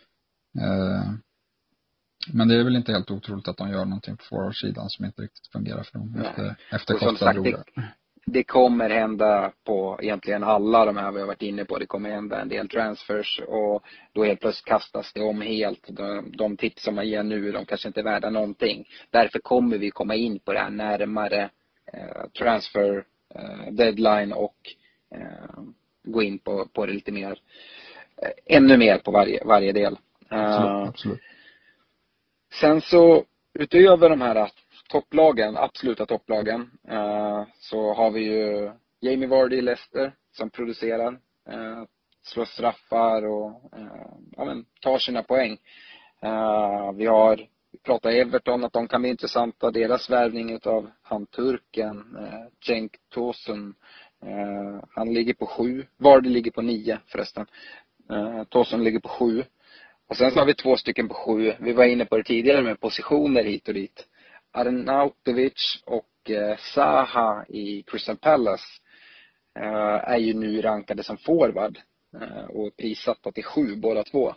Men det är väl inte helt otroligt att de gör någonting på forwardsidan som inte riktigt fungerar för dem efter Costa drog det. Det kommer hända på egentligen alla de här vi har varit inne på. Det kommer hända en del transfers och då helt plötsligt kastas det om helt. De tips som man ger nu, de kanske inte är värda någonting. Därför kommer vi komma in på det här närmare transfer deadline och gå in på det lite mer, ännu mer på varje del. Absolut. Sen så utöver de här topplagen, absoluta topplagen, så har vi ju Jamie Vardy i Leicester som producerar, slår straffar och tar sina poäng. Vi pratar Everton att de kan bli intressanta, deras värvning av han turken Cenk Tosun. Han ligger på 7. Vardy ligger på 9 förresten. Tosun ligger på 7. Och sen så har vi 2 stycken på 7. Vi var inne på det tidigare med positioner hit och dit. Arnautovic och Zaha i Crystal Palace är ju nu rankade som forward och prissatta till 7 båda 2.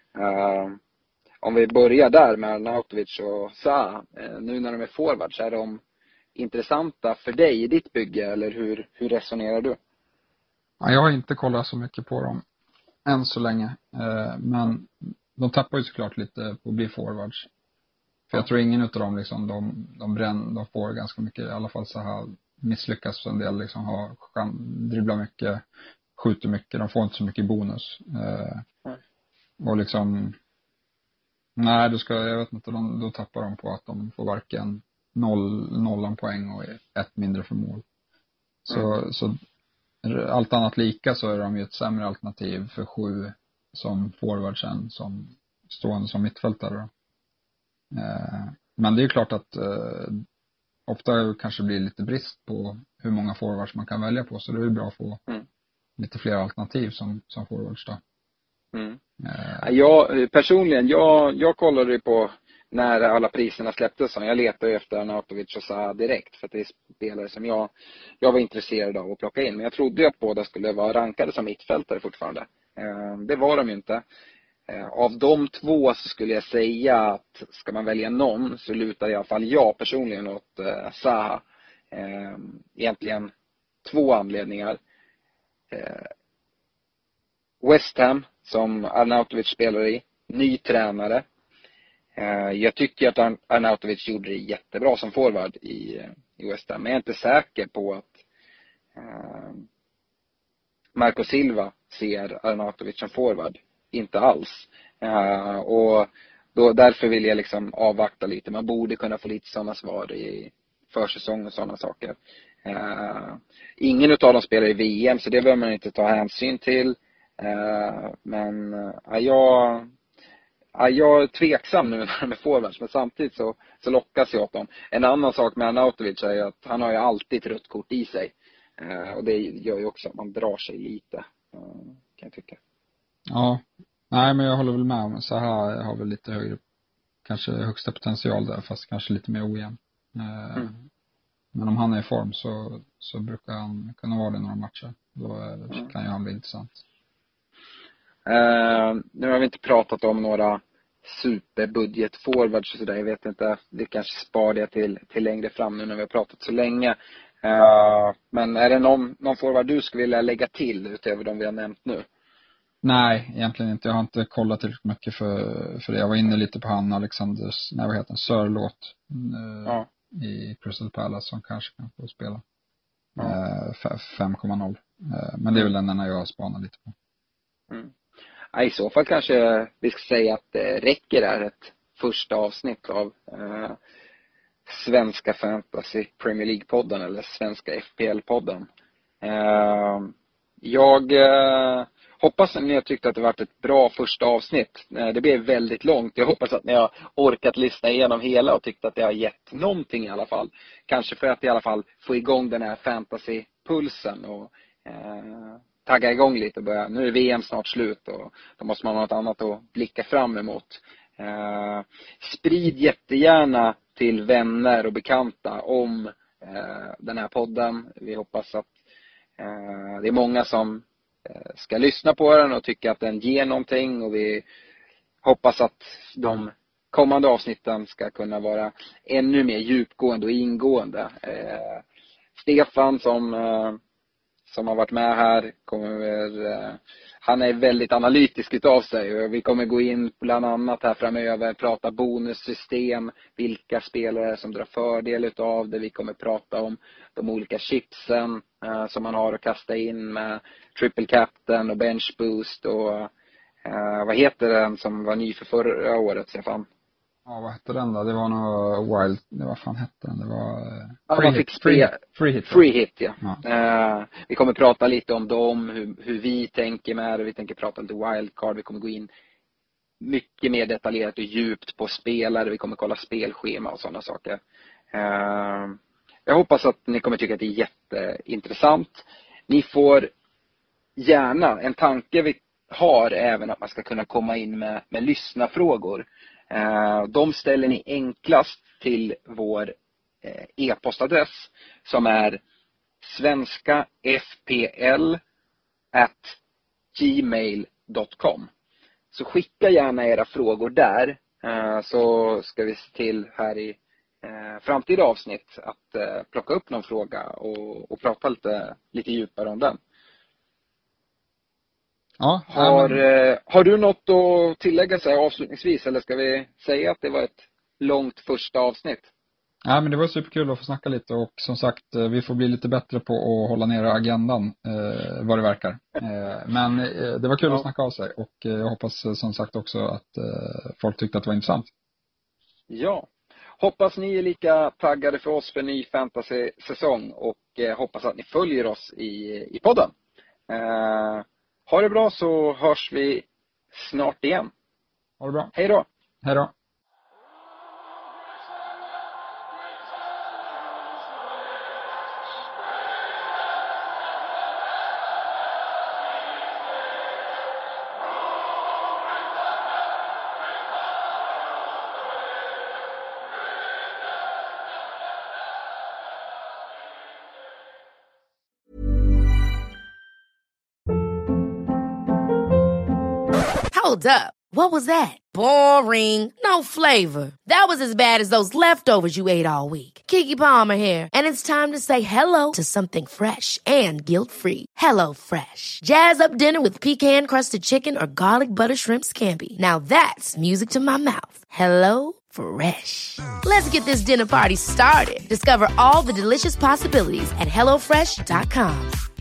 Om vi börjar där med Arnautovic och Zaha, nu när de är forward, så är de intressanta för dig i ditt bygge, eller hur resonerar du? Ja, jag har inte kollat så mycket på dem än så länge, men de tappar ju såklart lite på att bli forwards. För jag tror ingen utav dem liksom, de får ganska mycket, i alla fall så här misslyckas en del liksom, dribblar mycket, skjuter mycket, de får inte så mycket bonus. Och liksom nej, jag vet inte, då tappar de på att de får varken 0 poäng och 1 mindre för mål. Så allt annat lika så är de ju ett sämre alternativ för 7 som forward sen, som stående som mittfältare. Men det är ju klart att ofta kanske blir lite brist på hur många forwards man kan välja på, så det är ju bra att få lite fler alternativ som forwards då. Mm. Jag personligen, jag kollade ju på när alla priserna släpptes. Jag letade efter Arnautovic och Zaha direkt, för att det är spelare som jag var intresserad av att plocka in. Men jag trodde att båda skulle vara rankade som mittfältare fortfarande. Det var de ju inte. Av de två så skulle jag säga att ska man välja någon så lutar i alla fall jag personligen åt Zaha. Egentligen 2 anledningar. West Ham, som Arnautovic spelar i, ny tränare. Jag tycker att Arnautovic gjorde det jättebra som forward i West Ham. Men jag är inte säker på att Marco Silva ser Arnautovic som forward. Inte alls. Och därför vill jag liksom avvakta lite. Man borde kunna få lite sådana svar i försäsong och sådana saker. Ingen av dem spelar i VM, så det behöver man inte ta hänsyn till. Men jag är tveksam nu med forwards, men samtidigt så lockas jag åt dem. En annan sak med Arnautovic är att han har ju alltid ett rött kort i sig. Och det gör ju också att man drar sig lite, kan jag tycka. Ja, nej men jag håller väl med om. Så här har väl lite högre, kanske högsta potential där, fast kanske lite mer ojämn. Men om han är i form så brukar han kunna vara det några matcher. Då kan ju han bli intressant. Nu har vi inte pratat om några superbudget-forwards och sådär. Jag vet inte, det kanske spar det till längre fram nu när vi har pratat så länge. Men är det någon forward du skulle vilja lägga till utöver de vi har nämnt nu? Nej, egentligen inte. Jag har inte kollat tillräckligt mycket för det. Jag var inne lite på han Alexanders, vad heter han, Sörlåt i Crystal Palace som kanske kan få spela 5,0. Men det är väl den enda jag spanar lite på. I så fall kanske vi ska säga att det räcker där ett första avsnitt av Svenska Fantasy Premier League-podden eller Svenska FPL-podden. Jag hoppas att ni har tyckt att det varit ett bra första avsnitt. Det blev väldigt långt. Jag hoppas att ni har orkat lyssna igenom hela och tyckt att det har gett någonting i alla fall. Kanske för att i alla fall få igång den här fantasy-pulsen och tagga igång lite och börja. Nu är VM snart slut och då måste man ha något annat att blicka fram emot. Sprid jättegärna till vänner och bekanta om den här podden. Vi hoppas att det är många som ska lyssna på den och tycka att den ger någonting, och vi hoppas att de kommande avsnitten ska kunna vara ännu mer djupgående och ingående. Stefan som har varit med här han är väldigt analytisk utav sig, och vi kommer gå in bland annat här framöver, prata bonussystem, vilka spelare som drar fördel utav det. Vi kommer prata om de olika chipsen som man har att kasta in med triple captain och bench boost och vad heter den som var ny för förra året, Stefan? Ja, vad hette den då? Det var nog Wild, vad fan hette den? Det var Free hit, ja. Vi kommer prata lite om dem, hur vi tänker med det. Vi tänker prata lite wildcard. Vi kommer gå in mycket mer detaljerat och djupt på spelare. Vi kommer kolla spelschema och sådana saker. Jag hoppas att ni kommer tycka att det är jätteintressant. Ni får gärna, en tanke vi har även att man ska kunna komma in med lyssnarfrågor. De ställer ni enklast till vår e-postadress som är svenskafpl@gmail.com. Så skicka gärna era frågor där, så ska vi se till här i framtida avsnitt att plocka upp någon fråga och prata lite djupare om den. Ja, har du något att tillägga sig avslutningsvis, eller ska vi säga att det var ett långt första avsnitt? Ja, men det var superkul att få snacka lite, och som sagt, vi får bli lite bättre på att hålla ner agendan vad det verkar. Men det var kul att snacka av sig, och jag hoppas som sagt också att folk tyckte att det var intressant. Ja. Hoppas ni är lika taggade för oss för ny fantasy-säsong, och hoppas att ni följer oss i podden. Ha det bra, så hörs vi snart igen. Ha det bra. Hej då. Hej då. Hold up. What was that? Boring. No flavor. That was as bad as those leftovers you ate all week. Keke Palmer here, and it's time to say hello to something fresh and guilt-free. Hello Fresh. Jazz up dinner with pecan-crusted chicken or garlic butter shrimp scampi. Now that's music to my mouth. Hello Fresh. Let's get this dinner party started. Discover all the delicious possibilities at hellofresh.com.